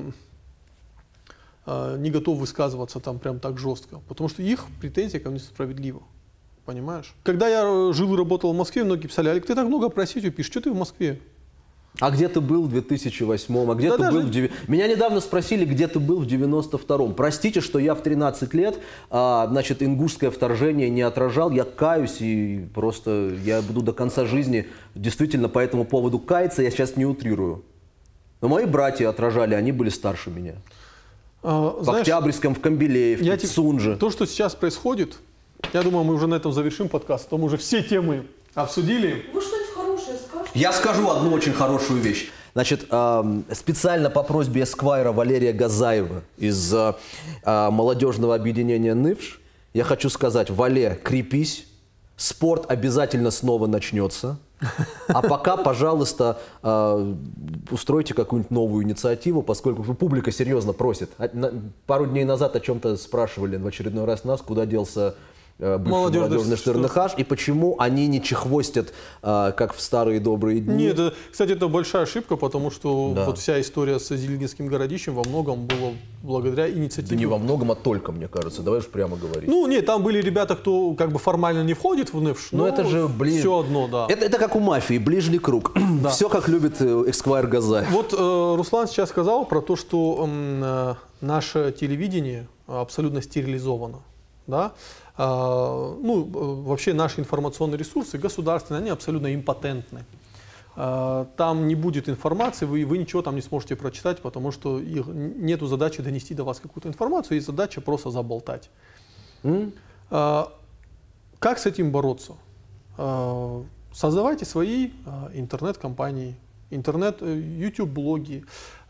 не готов высказываться там прям так жестко. Потому что их претензия ко мне справедлива. Понимаешь? Когда я жил и работал в Москве, многие писали: Олег, ты так много про Осетию пишешь, что ты в Москве? А где ты был в 2008-м? А где ты был Меня недавно спросили, где ты был в 92-м. Простите, что я в 13 лет, ингушское вторжение не отражал. Я каюсь и просто я буду до конца жизни действительно по этому поводу каяться. Я сейчас не утрирую. Но мои братья отражали, они были старше меня. В Октябрьском, в Камбелеевке, в Сунже. То, что сейчас происходит, я думаю, мы уже на этом завершим подкаст. То мы уже все темы обсудили. Вы что-нибудь хорошее скажете? Я скажу одну очень хорошую вещь. Значит, специально по просьбе эсквайра Валерия Газаева из молодежного объединения «Нывш» я хочу сказать: Вале, крепись, спорт обязательно снова начнется. А пока, пожалуйста, устройте какую-нибудь новую инициативу, поскольку публика серьезно просит. Пару дней назад о чем-то спрашивали в очередной раз нас, куда делся бывший молодежный Штернехаш, и почему они не чехвостят, как в старые добрые дни. Нет, кстати, это большая ошибка, потому что вот вся история с Зеленинским городищем во многом была благодаря инициативе. Да не во многом, а только, мне кажется. Давай уж прямо говорить. Ну, нет, там были ребята, кто как бы формально не входит в НЭФШ, но это же, все одно, да. Это как у мафии, ближний круг. Да. Все, как любит эсквайр Газаев. Вот Руслан сейчас сказал про то, что наше телевидение абсолютно стерилизовано, да. Ну, вообще наши информационные ресурсы государственные, они абсолютно импотентны. Там не будет информации, вы ничего там не сможете прочитать, потому что нету задачи донести до вас какую-то информацию, есть задача просто заболтать. Как с этим бороться? Создавайте свои интернет-компании, YouTube-блоги.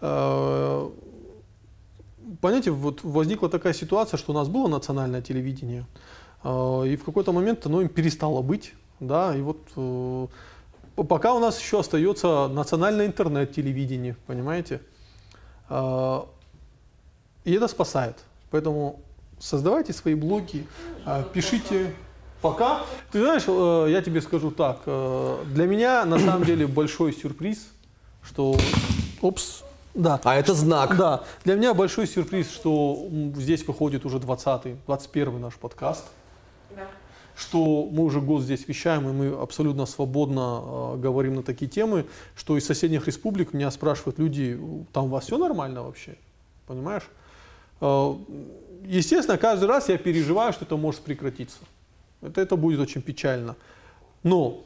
Понимаете, вот возникла такая ситуация, что у нас было национальное телевидение, и в какой-то момент оно им перестало быть, да, и вот пока у нас еще остается национальное интернет-телевидение, понимаете, и это спасает, поэтому создавайте свои блоги, пишите. Пока, ты знаешь, я тебе скажу так, для меня на самом деле большой сюрприз, что, да. А это знак. Да. Для меня большой сюрприз, что здесь выходит уже 21-й наш подкаст. Да. Что мы уже год здесь вещаем, и мы абсолютно свободно говорим на такие темы, что из соседних республик меня спрашивают люди: там у вас все нормально вообще? Понимаешь? Естественно, каждый раз я переживаю, что это может прекратиться. Это будет очень печально. Но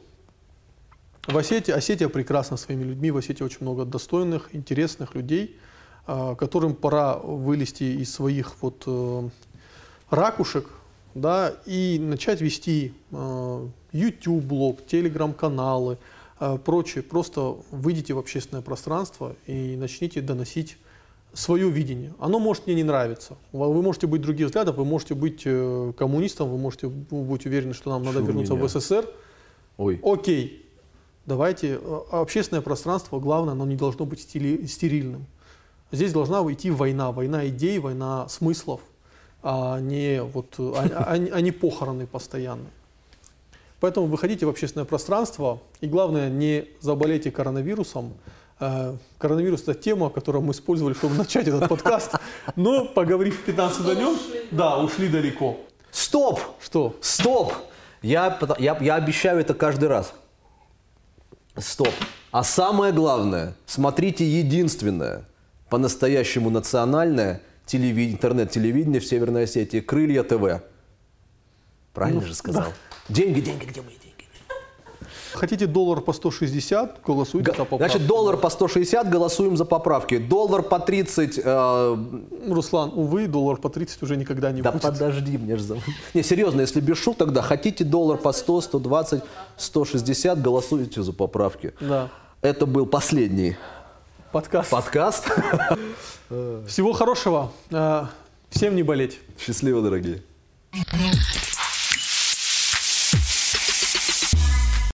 Осетия прекрасна своими людьми, в Осетии очень много достойных, интересных людей, которым пора вылезти из своих вот ракушек, да, и начать вести YouTube-блог, телеграм-каналы, прочее. Просто выйдите в общественное пространство и начните доносить свое видение. Оно может мне не нравиться. Вы можете быть других взглядов, вы можете быть коммунистом, вы можете быть уверены, что нам надо вернуться в СССР. Окей. Давайте, общественное пространство, главное, оно не должно быть стерильным. Здесь должна идти война идей, война смыслов, а не похороны постоянные. Поэтому выходите в общественное пространство, и главное, не заболейте коронавирусом. Коронавирус — это тема, которую мы использовали, чтобы начать этот подкаст, но, поговорив 15 о нем, ушли далеко. Стоп! Что? Стоп! Я обещаю это каждый раз. Стоп. А самое главное, смотрите единственное, по-настоящему национальное интернет-телевидение в Северной Осетии, Крылья ТВ. Правильно же сказал? Да. Деньги, где мои деньги? Хотите $1 по 160, голосуйте за поправки. Значит, $1 по 160, голосуем за поправки. $1 по 30... Руслан, увы, $1 по 30 уже никогда не будет. Да подожди, мне же зовут. Не, серьезно, если без шуток, тогда хотите $1 по 100, 120, 160, голосуйте за поправки. Да. Это был последний подкаст. Всего хорошего. Всем не болеть. Счастливо, дорогие.